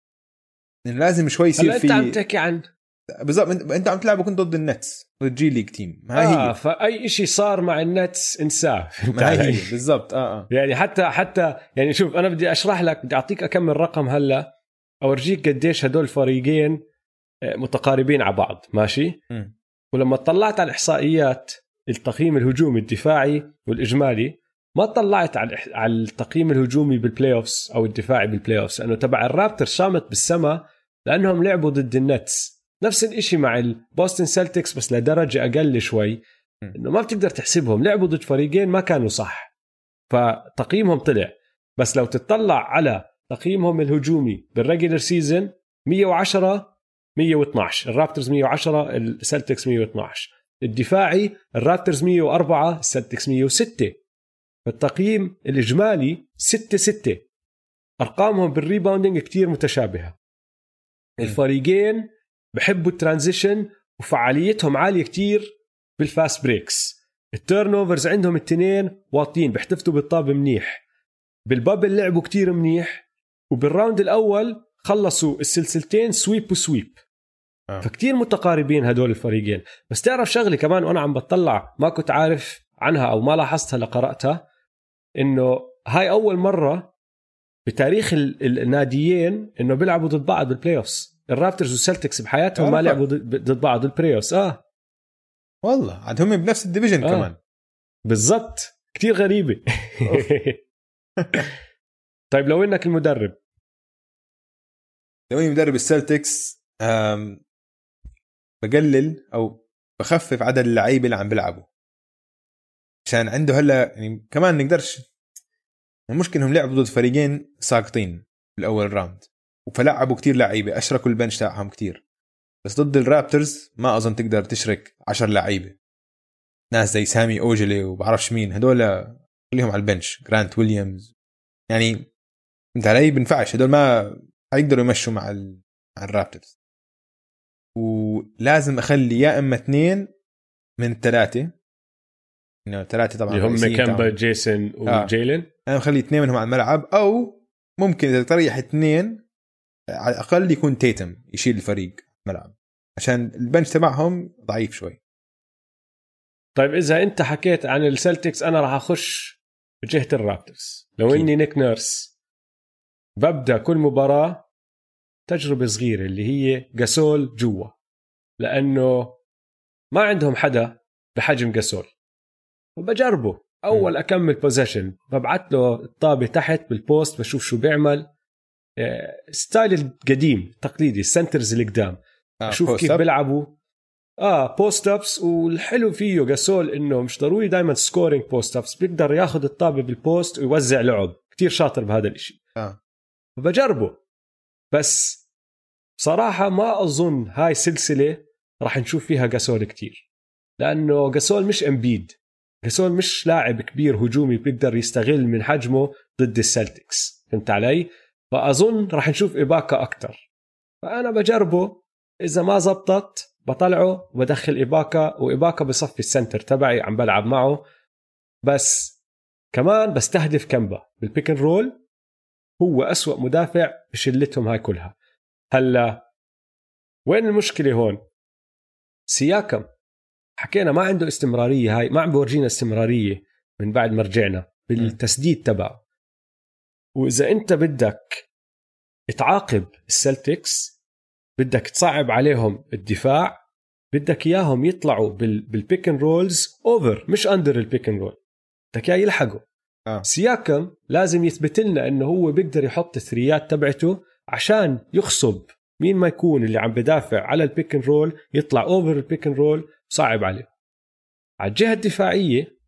لازم شوي يصير في. انت عم تحكي عن بالضبط انت عم تلعبوا كنت ضد النتس ضد جي ليج تيم. ما آه هي فاي شيء صار مع النتس انساه. ما هي بالضبط. اه اه يعني حتى حتى يعني شوف انا بدي اشرح لك، بدي اعطيك اكمل رقم هلا اورجيك قديش هدول الفريقين متقاربين على بعض ماشي. م. ولما طلعت على الاحصائيات التقييم الهجومي الدفاعي والاجمالي، ما طلعت على على التقييم الهجومي بالبلاي اوفس او الدفاعي بالبلاي اوفس، لانه تبع الرابتر شامت بالسما لانهم لعبوا ضد النتس. نفس الاشي مع البوستن سيلتكس بس لدرجة أقل شوي، إنه ما بتقدر تحسبهم. لعبوا ضد فريقين ما كانوا صح فتقييمهم طلع. بس لو تطلع على تقييمهم الهجومي بالريجولر سيزن مية وعشرة مية واثناشر، الرابترز مية وعشرة السلتكس مية واثناشر. الدفاعي الرابترز مية وأربعة السلتكس مية وستة. فالتقييم الإجمالي ستة ستة. أرقامهم بالريباوندينج كتير متشابهة. الفريقين بحبوا الترانزيشن وفعاليتهم عالية كتير بالفاست بريكس. التيرن اوفرز عندهم التنين واطين، بيحتفتوا بالطاب منيح. بالبابل لعبوا كتير منيح، وبالراوند الأول خلصوا السلسلتين سويب وسويب. آه. فكتير متقاربين هدول الفريقين. بس تعرف شغلي كمان وأنا عم بطلع ما كنت عارف عنها أو ما لاحظتها لقرأتها، إنه هاي أول مرة بتاريخ الناديين إنه بيلعبوا ضد بعض بالبلاي أوفس. الرابترز والسلتكس بحياتهم ما لعبوا ضد بعض بالبلاي أوفس. آه والله عاد هم بنفس الديفيجن آه. كمان بالضبط. كتير غريبة. طيب لو إنك المدرب، لو إني مدرب السلتكس بقلل أو بخفف عدد اللعيبة اللي عم بيلعبوا، عشان عنده هلا يعني كمان نقدرش. المشكلة إنهم لعبوا ضد فريقين ساقطين بالأول راوند، وفلعبوا كتير لعيبة، أشركوا البنش تاعهم كتير. بس ضد الرابترز ما أظن تقدر تشرك عشر لعيبة، ناس زي سامي أوجلي وبعرفش مين هدول خليهم على البنش، جرانت ويليامز. يعني انت علي بنفعش هدول، ما هيقدروا يمشوا مع ال... مع الرابترز. ولازم أخلي يا إما اثنين من الثلاثة، إنه الثلاثة طبعا هم كامبا جيسون وجيلن آه. أنا أخلي اثنين منهم على الملعب، أو ممكن إذا تريح اثنين على الأقل يكون تيتم يشيل الفريق ملعب، عشان البنش تبعهم ضعيف شوي. طيب إذا أنت حكيت عن السلتكس، أنا راح أخش بجهة الرابترز. لو أكيد. إني نيك نيرس ببدأ كل مباراة تجربة صغيرة اللي هي جاسول جوا. لأنه ما عندهم حدا بحجم جاسول. وبجربه أول م. أكمل بوزيشن ببعت له الطابة تحت بالبوست بشوف شو بيعمل. ستايل القديم تقليدي السنترز اللي قدام آه أشوف كيف بيلعبوا اه بوست ابس. والحلو فيه جاسول انه مش ضروري دائما سكورينج بوست ابس، بيقدر ياخذ الطابه بالبوست ويوزع لعب. كتير شاطر بهذا الاشي اه بجربه. بس صراحه ما اظن هاي سلسله راح نشوف فيها جاسول كتير، لانه جاسول مش امبيد. جاسول مش لاعب كبير هجومي بيقدر يستغل من حجمه ضد السلتكس، فهمت علي؟ فاظن راح نشوف إباكا اكتر. فانا بجربه، اذا ما زبطت بطلعه وبدخل إباكا، وإباكا بصفي السنتر تبعي عم بلعب معه. بس كمان بستهدف كمبا بالبيك اند رول، هو أسوأ مدافع بشلتهم هاي كلها. هلا وين المشكلة هون؟ سياكم حكينا ما عنده استمرارية، هاي ما عم بورجينا استمرارية من بعد ما رجعنا بالتسديد تبعه. وإذا أنت بدك تعاقب السلتكس، بدك تصعب عليهم الدفاع، بدك إياهم يطلعوا بالبيك اند رولز اوفر مش اندر البيك اند رول، بدك إياه يلحقوا. آه. سياكم لازم يثبت لنا انه هو بيقدر يحط الثريات تبعته عشان يخصب مين ما يكون اللي عم بدافع على البيك اند رول، يطلع اوفر البيك اند رول صعب عليه. على الجهة الدفاعية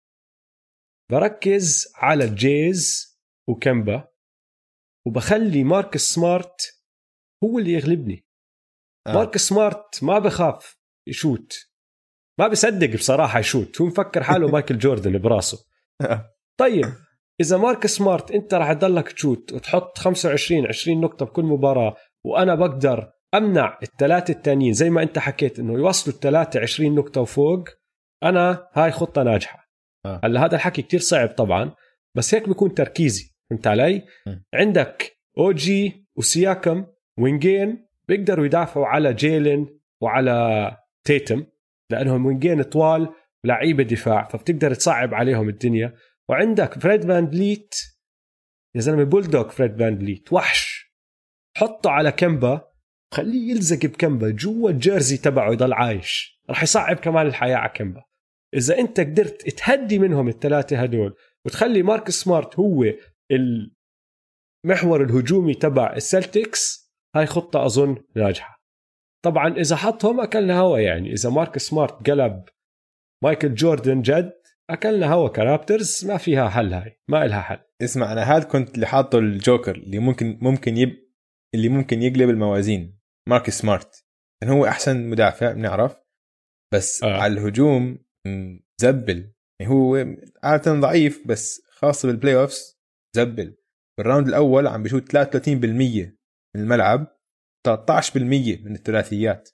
بركز على الجيز وكمبا، وبخلي مارك سمارت هو اللي يغلبني. آه. مارك سمارت ما بخاف يشوت، ما بصدق بصراحة يشوت، هو مفكر حاله مايكل جوردن براسه. طيب إذا مارك سمارت أنت راح تضلك تشوت وتحط خمسة وعشرين عشرين نقطة بكل مباراة، وأنا بقدر أمنع الثلاثة التانيين زي ما أنت حكيت إنه يوصلوا الثلاثة عشرين نقطة وفوق، أنا هاي خطة ناجحة. آه. هلا هذا الحكي كتير صعب طبعا، بس هيك بيكون تركيزي، فهمت علي؟ م. عندك أو جي وسياكم وينجين بيقدروا يدافعوا على جيلن وعلى تيتم، لأنهم وينجين طوال لعيبة دفاع، فبتقدر تصعب عليهم الدنيا. وعندك فريد فان فليت يا زلمة، بولدوغ فريد فان فليت وحش، حطه على كمبا، خليه يلزق بكمبا جوا الجيرزي تبعه يضل عايش، رح يصعب كمان الحياة على كمبا. إذا أنت قدرت تهدي منهم الثلاثة هدول وتخلي مارك سمارت هو المحور الهجومي تبع السلتكس، هاي خطة أظن ناجحة. طبعا إذا حطهم أكلنا هوا، يعني إذا مارك سمارت قلب مايكل جوردن جد أكلنا هوا كرابترز، ما فيها حل، هاي ما إلها حل. اسمع، أنا هاد كنت اللي حاطه الجوكر اللي ممكن ممكن يب اللي ممكن يقلب الموازين، مارك سمارت، إن هو أحسن مدافع بنعرف، بس آه. على الهجوم زبل. يعني هو عادة ضعيف، بس خاصة بالبلاي أوفس زبل. بالراوند الأول عم بيشوت ثلاثة وثلاثين بالمية من الملعب، ثلاثة عشر بالمية من الثلاثيات،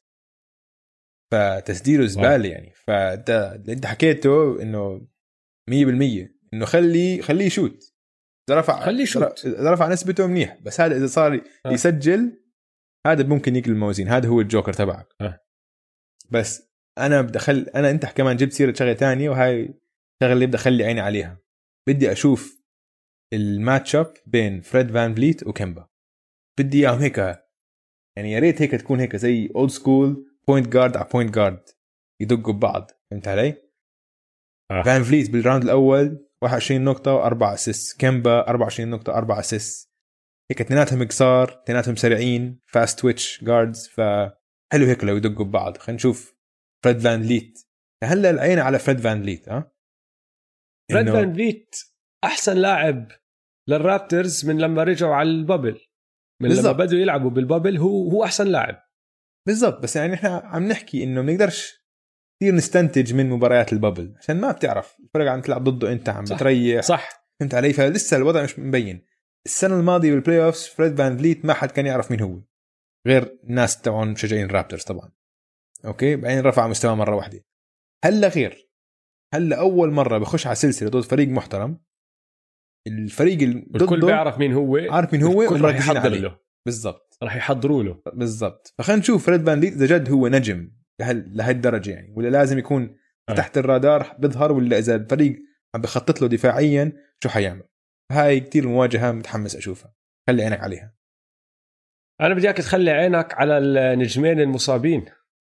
فتسديده زبالة. يعني فانت اللي انت حكيته انه مية بالمية انه خلي خليه يشوت، رفع خليه يشوت، رفع نسبته منيح. بس هذا اذا صار آه. يسجل، هذا ممكن يقلب الموازين، هذا هو الجوكر تبعك. آه. بس انا بدي اخل انا انت كمان جبت سيره شغله ثانيه، وهاي شغله اللي بدي اخلي عيني عليها. بدي اشوف الماتش اب بين فريد فان فليت وكمبا، بدي اياهم هيك، يعني يا ريت هيك تكون هيك زي اولد سكول بوينت جارد على بوينت جارد يدقوا ببعض، فهمت علي؟ آه. فان فليت بالراوند الاول واحد وعشرين نقطه واربعة اسيست، كمبا أربعة وعشرين نقطه أربعة اسيست، هيك اثنيناتهم قصار، اثنيناتهم سريعين، فاست تويتش جاردز، فحلو هيك لو يدقوا ببعض. خلينا نشوف فريد فان فليت. هلا العين على فريد فان فليت. ها فريد إنه... فان فليت احسن لاعب للرابترز من لما رجعوا على البابل، من بالزبط. لما بدوا يلعبوا بالبابل هو هو احسن لاعب بالضبط. بس يعني احنا عم نحكي انه ما نقدرش كثير نستنتج من مباريات البابل، عشان ما بتعرف الفرق عم تلعب ضده، انت عم صح. بتريح، صح، فهمت علي؟ فلسه الوضع مش مبين. السنه الماضيه بالبلاي اوفز فريد فان فليت ما حد كان يعرف مين هو غير الناس تبعون مشجعين رابترز طبعا، اوكي، بعدين رفع مستوى مره واحده. هلا غير، هلا اول مره بخش على سلسله ضد فريق محترم، الفريق الكل بيعرف مين هو، عارف مين هو، راح يحضر له بالضبط، راح يحضروا له بالضبط. فخلينا نشوف فريد فان فليت اذا جد هو نجم لهالدرجه يعني، ولا لازم يكون أه. تحت الرادار بيظهر، ولا اذا الفريق عم بخطط له دفاعيا شو حيعمل. هاي كتير مواجهه متحمس اشوفها، خلي عينك عليها. انا بدي اياك تخلي عينك على النجمين المصابين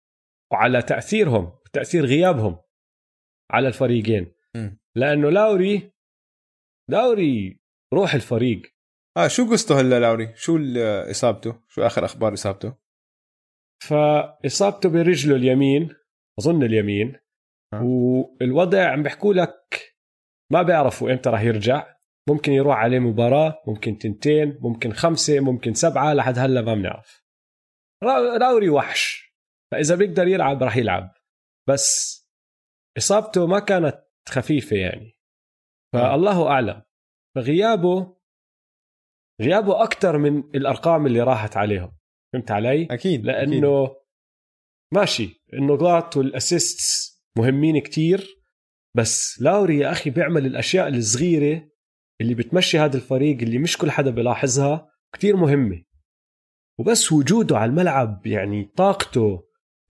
وعلى تأثيرهم تأثير غيابهم على الفريقين. م. لأنه لاوري لاوري روح الفريق. آه شو قصته هلا لاوري؟ شو إصابته؟ شو آخر أخبار إصابته؟ فإصابته برجله اليمين، أظن اليمين. آه. والوضع عم بيحكوا لك ما بيعرفوا إمتى راح يرجع، ممكن يروح عليه مباراة، ممكن تنتين، ممكن خمسة، ممكن سبعة، لحد هلا ما بنعرف. لاوري وحش، فإذا بيقدر يلعب راح يلعب، بس إصابته ما كانت خفيفة يعني، فالله أعلم. فغيابه غيابه أكتر من الأرقام اللي راحت عليهم، فهمت علي؟ أكيد. لأنه أكيد. ماشي النقاط والأسيستس مهمين كتير، بس لاوري يا أخي بيعمل الأشياء الصغيرة اللي بتمشي هذا الفريق، اللي مش كل حدا بيلاحظها، كتير مهمة. وبس وجوده على الملعب يعني طاقته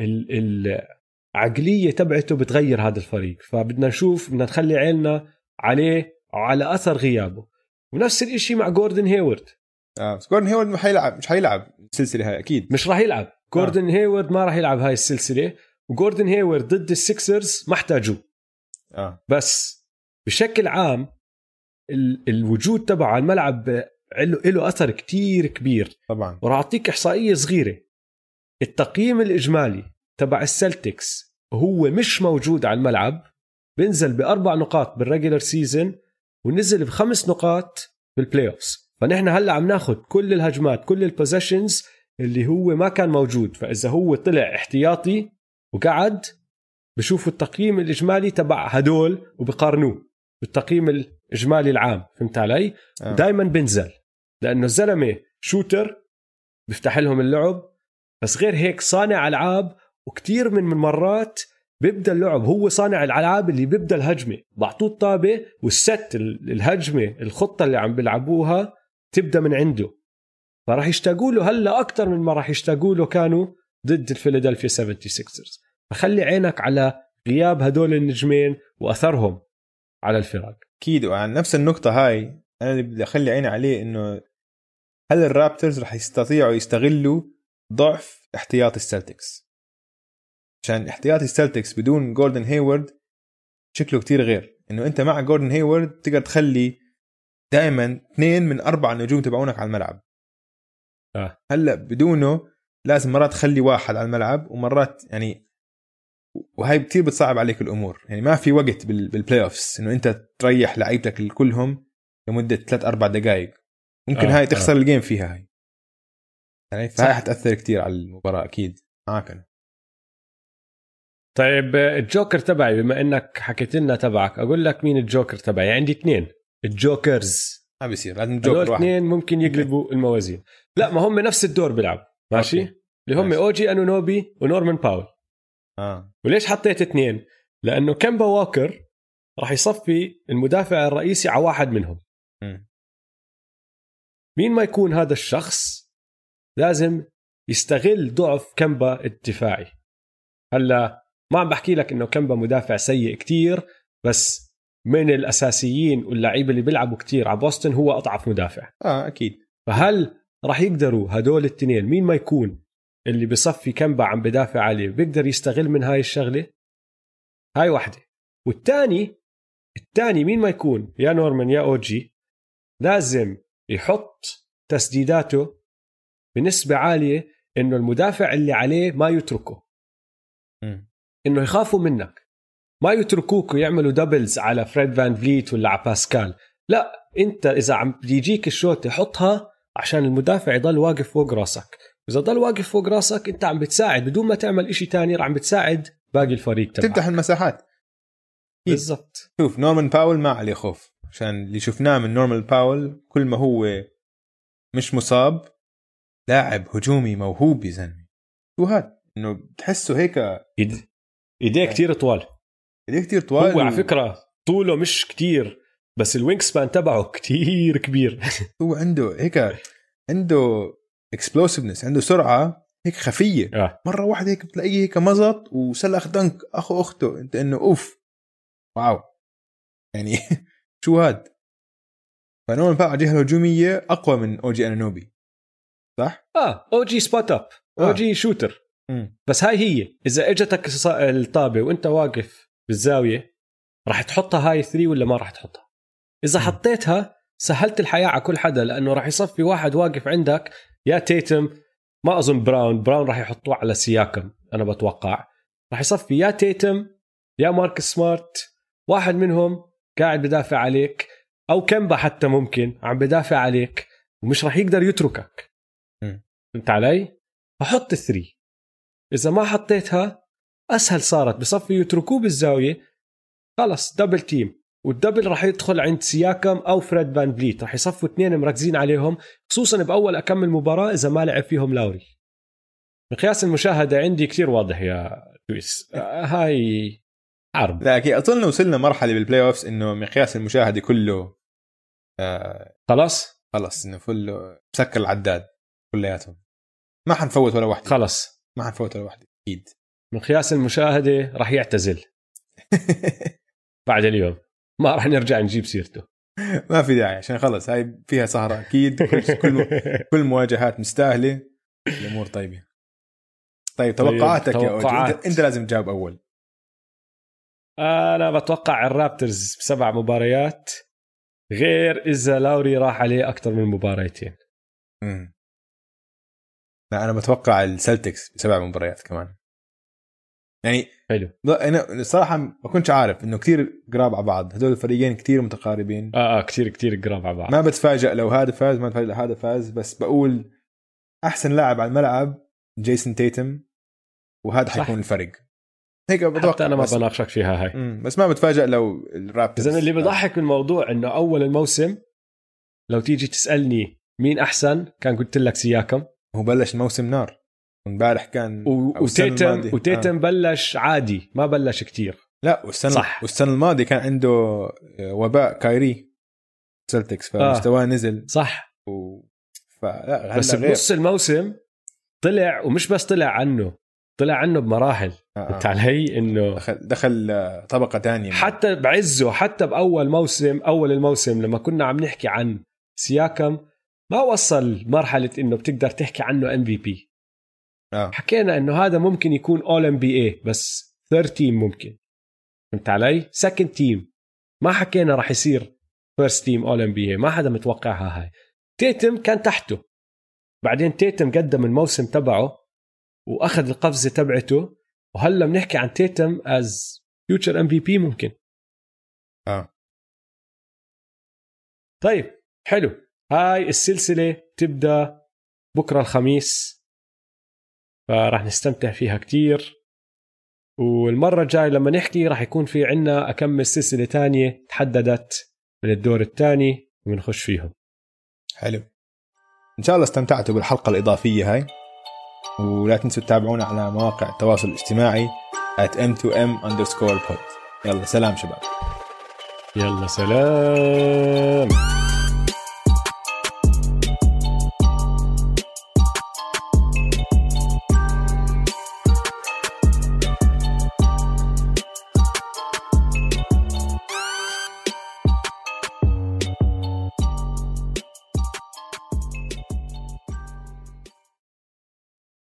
العقلية تبعته بتغير هذا الفريق. فبدنا نشوف، بدنا نخلي عيننا عليه وعلى أثر غيابه. ونفس الاشي مع جوردن هيورد. آه بس جوردن هيورد مش حيلعب مش حيلعب السلسلة هاي أكيد، مش راح يلعب جوردن آه. هيورد ما راح يلعب هاي السلسلة. وجوردن هيورد ضد السيكسرز ما احتاجوه. آه. بس بشكل عام الوجود تبعه على الملعب له أثر كتير كبير طبعا. وراح أعطيك إحصائية صغيرة. التقييم الإجمالي تبع السلتكس وهو مش موجود على الملعب بنزل بأربع نقاط بالريجولر سيزن، ونزل بخمس نقاط بالبلاي أوفس. فنحن هلأ عم ناخد كل الهجمات، كل البوزيشنز اللي هو ما كان موجود. فإذا هو طلع احتياطي وقعد، بشوفوا التقييم الإجمالي تبع هدول وبقارنوه بالتقييم الإجمالي العام، فهمت علي؟ آه. دايما بنزل، لأنه الزلمة شوتر بيفتح لهم اللعب، بس غير هيك صانع ألعاب. وكتير من مرات بيبدأ اللعب هو صانع الألعاب اللي بيبدأ الهجمة، بعطوه الطابة والست الهجمة الخطة اللي عم بيلعبوها تبدأ من عنده. فراح يشتاقوا له هلا أكتر من ما راح يشتاقوا له كانوا ضد الفيلادلفيا سبعة وسبعين. فخلي عينك على غياب هدول النجمين وأثرهم على الفرق. أكيد. وعن نفس النقطة هاي أنا اللي بدي أخلي عيني عليه، إنه هل الرابترز رح يستطيعوا يستغلوا ضعف احتياط السلتكس؟ عشان احتياط السلتكس بدون جوردن هيورد شكله كتير غير. إنه أنت مع جوردن هيورد تقدر تخلي دائما اثنين من أربع نجوم تبعونك على الملعب. آه. هلأ بدونه لازم مرات تخلي واحد على الملعب، ومرات يعني وهي كتير بتصعب عليك الأمور. يعني ما في وقت بالبلاي أوفس إنه أنت تريح لعيبتك كلهم لمدة ثلاث أربع دقائق. ممكن آه. هاي تخسر آه. الجيم فيها هاي يعني، فهي حتأثر كتير على المباراة. أكيد معك أنا. طيب الجوكر تبعي، بما إنك حكيت لنا تبعك، أقول لك مين الجوكر تبعي. عندي اثنين الجوكرز. ما بيصير، لازم جوكر واحد. اثنين ممكن يقلبوا الموازين. لا، ما هم نفس الدور بيلعب ماشي أوكي. اللي هم أوجي أنونوبي ونورمان باول. آه. وليش حطيت اثنين؟ لأنه كمبا واكر راح يصفي المدافع الرئيسي على واحد منهم. م. مين ما يكون هذا الشخص لازم يستغل ضعف كمبا الدفاعي. هلا ما عم بحكي لك إنه كمبا مدافع سيء كتير، بس من الأساسيين واللعيبة اللي بيلعبوا كتير على بوسطن هو أضعف مدافع. آه أكيد. فهل راح يقدروا هدول التنين مين ما يكون اللي بصفي كمبا عم بدافع عليه بيقدر يستغل من هاي الشغلة؟ هاي واحدة. والتاني التاني مين ما يكون يا نورمان يا أوجي لازم يحط تسديداته بنسبة عالية، إنه المدافع اللي عليه ما يتركه. م. إنه يخافوا منك، ما يتركوك ويعملوا دبلز على فريد فان فليت ولا على باسكال. لا، أنت إذا عم بيجيك الشوط حطها عشان المدافع يضل واقف فوق راسك. إذا ضل واقف فوق راسك أنت عم بتساعد بدون ما تعمل إشي تاني، عم بتساعد باقي الفريق تبعك، تفتح المساحات. بالضبط. شوف نورمان باول ما عليه خوف، عشان اللي شفناه من نورمان باول كل ما هو مش مصاب لاعب هجومي موهوب يا زلمه. شو هاد انه تحسه هيك إيد... ايديه كتير طوال. ايديه كتير طوال. هو و... على فكره طوله مش كتير، بس الوينج سبان تبعه كتير كبير. هو عنده هيك عنده اكسبلوسيفنس، عنده سرعه هيك خفيه. آه. مره واحده هيك بتلاقيه هيك مزط وسلخ دنك اخو اخته، انت انه اوف واو يعني شو هاد. فنورمان باول جهه الهجوميه اقوى من اوجي انانوبي، صح؟ اه اوجي سبوت اب، اوجي آه. شوتر. م. بس هاي هي إذا إجتك الطابة وإنت واقف بالزاوية راح تحطها هاي ثري ولا ما راح تحطها. إذا م. حطيتها سهلت الحياة على كل حدا، لأنه راح يصفي واحد واقف عندك يا تيتم، ما أظن براون براون راح يحطوه على سياكم، أنا بتوقع راح يصفي يا تيتم يا مارك سمارت، واحد منهم قاعد بدافع عليك، أو كمبا حتى ممكن عم بدافع عليك ومش راح يقدر يتركك. فهمت علي؟ أحط الثري. إذا ما حطيتها أسهل صارت، بصفي يتركوه بالزاوية خلص دبل تيم، والدبل راح يدخل عند سياكم أو فريد فان فليت، راح يصفوا اثنين مركزين عليهم، خصوصا بأول أكمل مباراة إذا ما لعب فيهم لاوري. مقياس المشاهدة عندي كتير واضح يا تويس، هاي حرب. لا أكيد أظن وصلنا مرحلة بالبلاي أوفس إنه مقياس المشاهدة كله آه خلاص خلص إنه فله مسكر العداد كلياتهم، ما حنفوت ولا واحدة، خلص ما حنفوت ولا واحدة أكيد. مقياس المشاهدة راح يعتزل بعد اليوم، ما راح نرجع نجيب سيرته. ما في داعي عشان خلص هاي فيها سهرة أكيد، كل كل مواجهات مستاهلة، الأمور طيبة. طيب توقعاتك طيب. يا أوجي أنت, أنت لازم تجاوب أول. أنا بتوقع الرابترز بسبع مباريات، غير إذا لاوري راح عليه أكتر من مباراتين. امم لا أنا بتوقع السلتكس بسبع مباريات كمان. يعني حلو. أنا الصراحة ما كنتش عارف إنه كتير قراب على بعض، هدول الفريقين كتير متقاربين. آه آه كتير كتير قراب على بعض. ما بتفاجأ لو هذا فاز، ما بتفاجأ لو هذا فاز، بس بقول أحسن لاعب على الملعب جيسون تيتم، وهذا حيكون الفرق. هيك بتوقع. أنا ما بناقشك فيها هاي. مم. بس ما بتفاجأ لو الرابترز. إذن اللي بضحك بالموضوع إنه أول الموسم لو تيجي تسألني مين أحسن كان قلت لك سياكم. هو بلش الموسم نار، امبارح كان و... وتيتم وتيتم آه. بلش عادي، ما بلش كتير. لا والسنة صح. والسنة الماضية كان عنده وباء كايري سلتكس فمستواه آه. نزل صح و... فلا بس بنص الموسم طلع، ومش بس طلع عنه طلع عنه بمراحل. آه. انت علي انه دخل دخل طبقة تانية حتى بعزه، حتى بأول موسم أول الموسم لما كنا عم نحكي عن سياكم ما وصل مرحلة انه بتقدر تحكي عنه إم في بي. آه. حكينا انه هذا ممكن يكون All إن بي إيه بس ثيرد تيم ممكن. فهمت علي؟ سكند تيم، ما حكينا راح يصير فيرست تيم All إن بي إيه، ما حدا متوقعها هاي. تيتم كان تحته، بعدين تيتم قدم الموسم تبعه واخذ القفزة تبعته، وهلا بنحكي عن تيتم از فيوتشر إم في بي ممكن. اه طيب حلو. هاي السلسلة تبدأ بكرة الخميس، فراح نستمتع فيها كتير، والمرة الجاي لما نحكي راح يكون في عنا أكمل سلسلة تانية تحددت من الدور الثاني وبنخش فيهم. حلو، إن شاء الله استمتعتوا بالحلقة الإضافية هاي، ولا تنسوا تتابعونا على مواقع التواصل الاجتماعي at إم تو إم underscore pod. يلا سلام شباب. يلا سلام.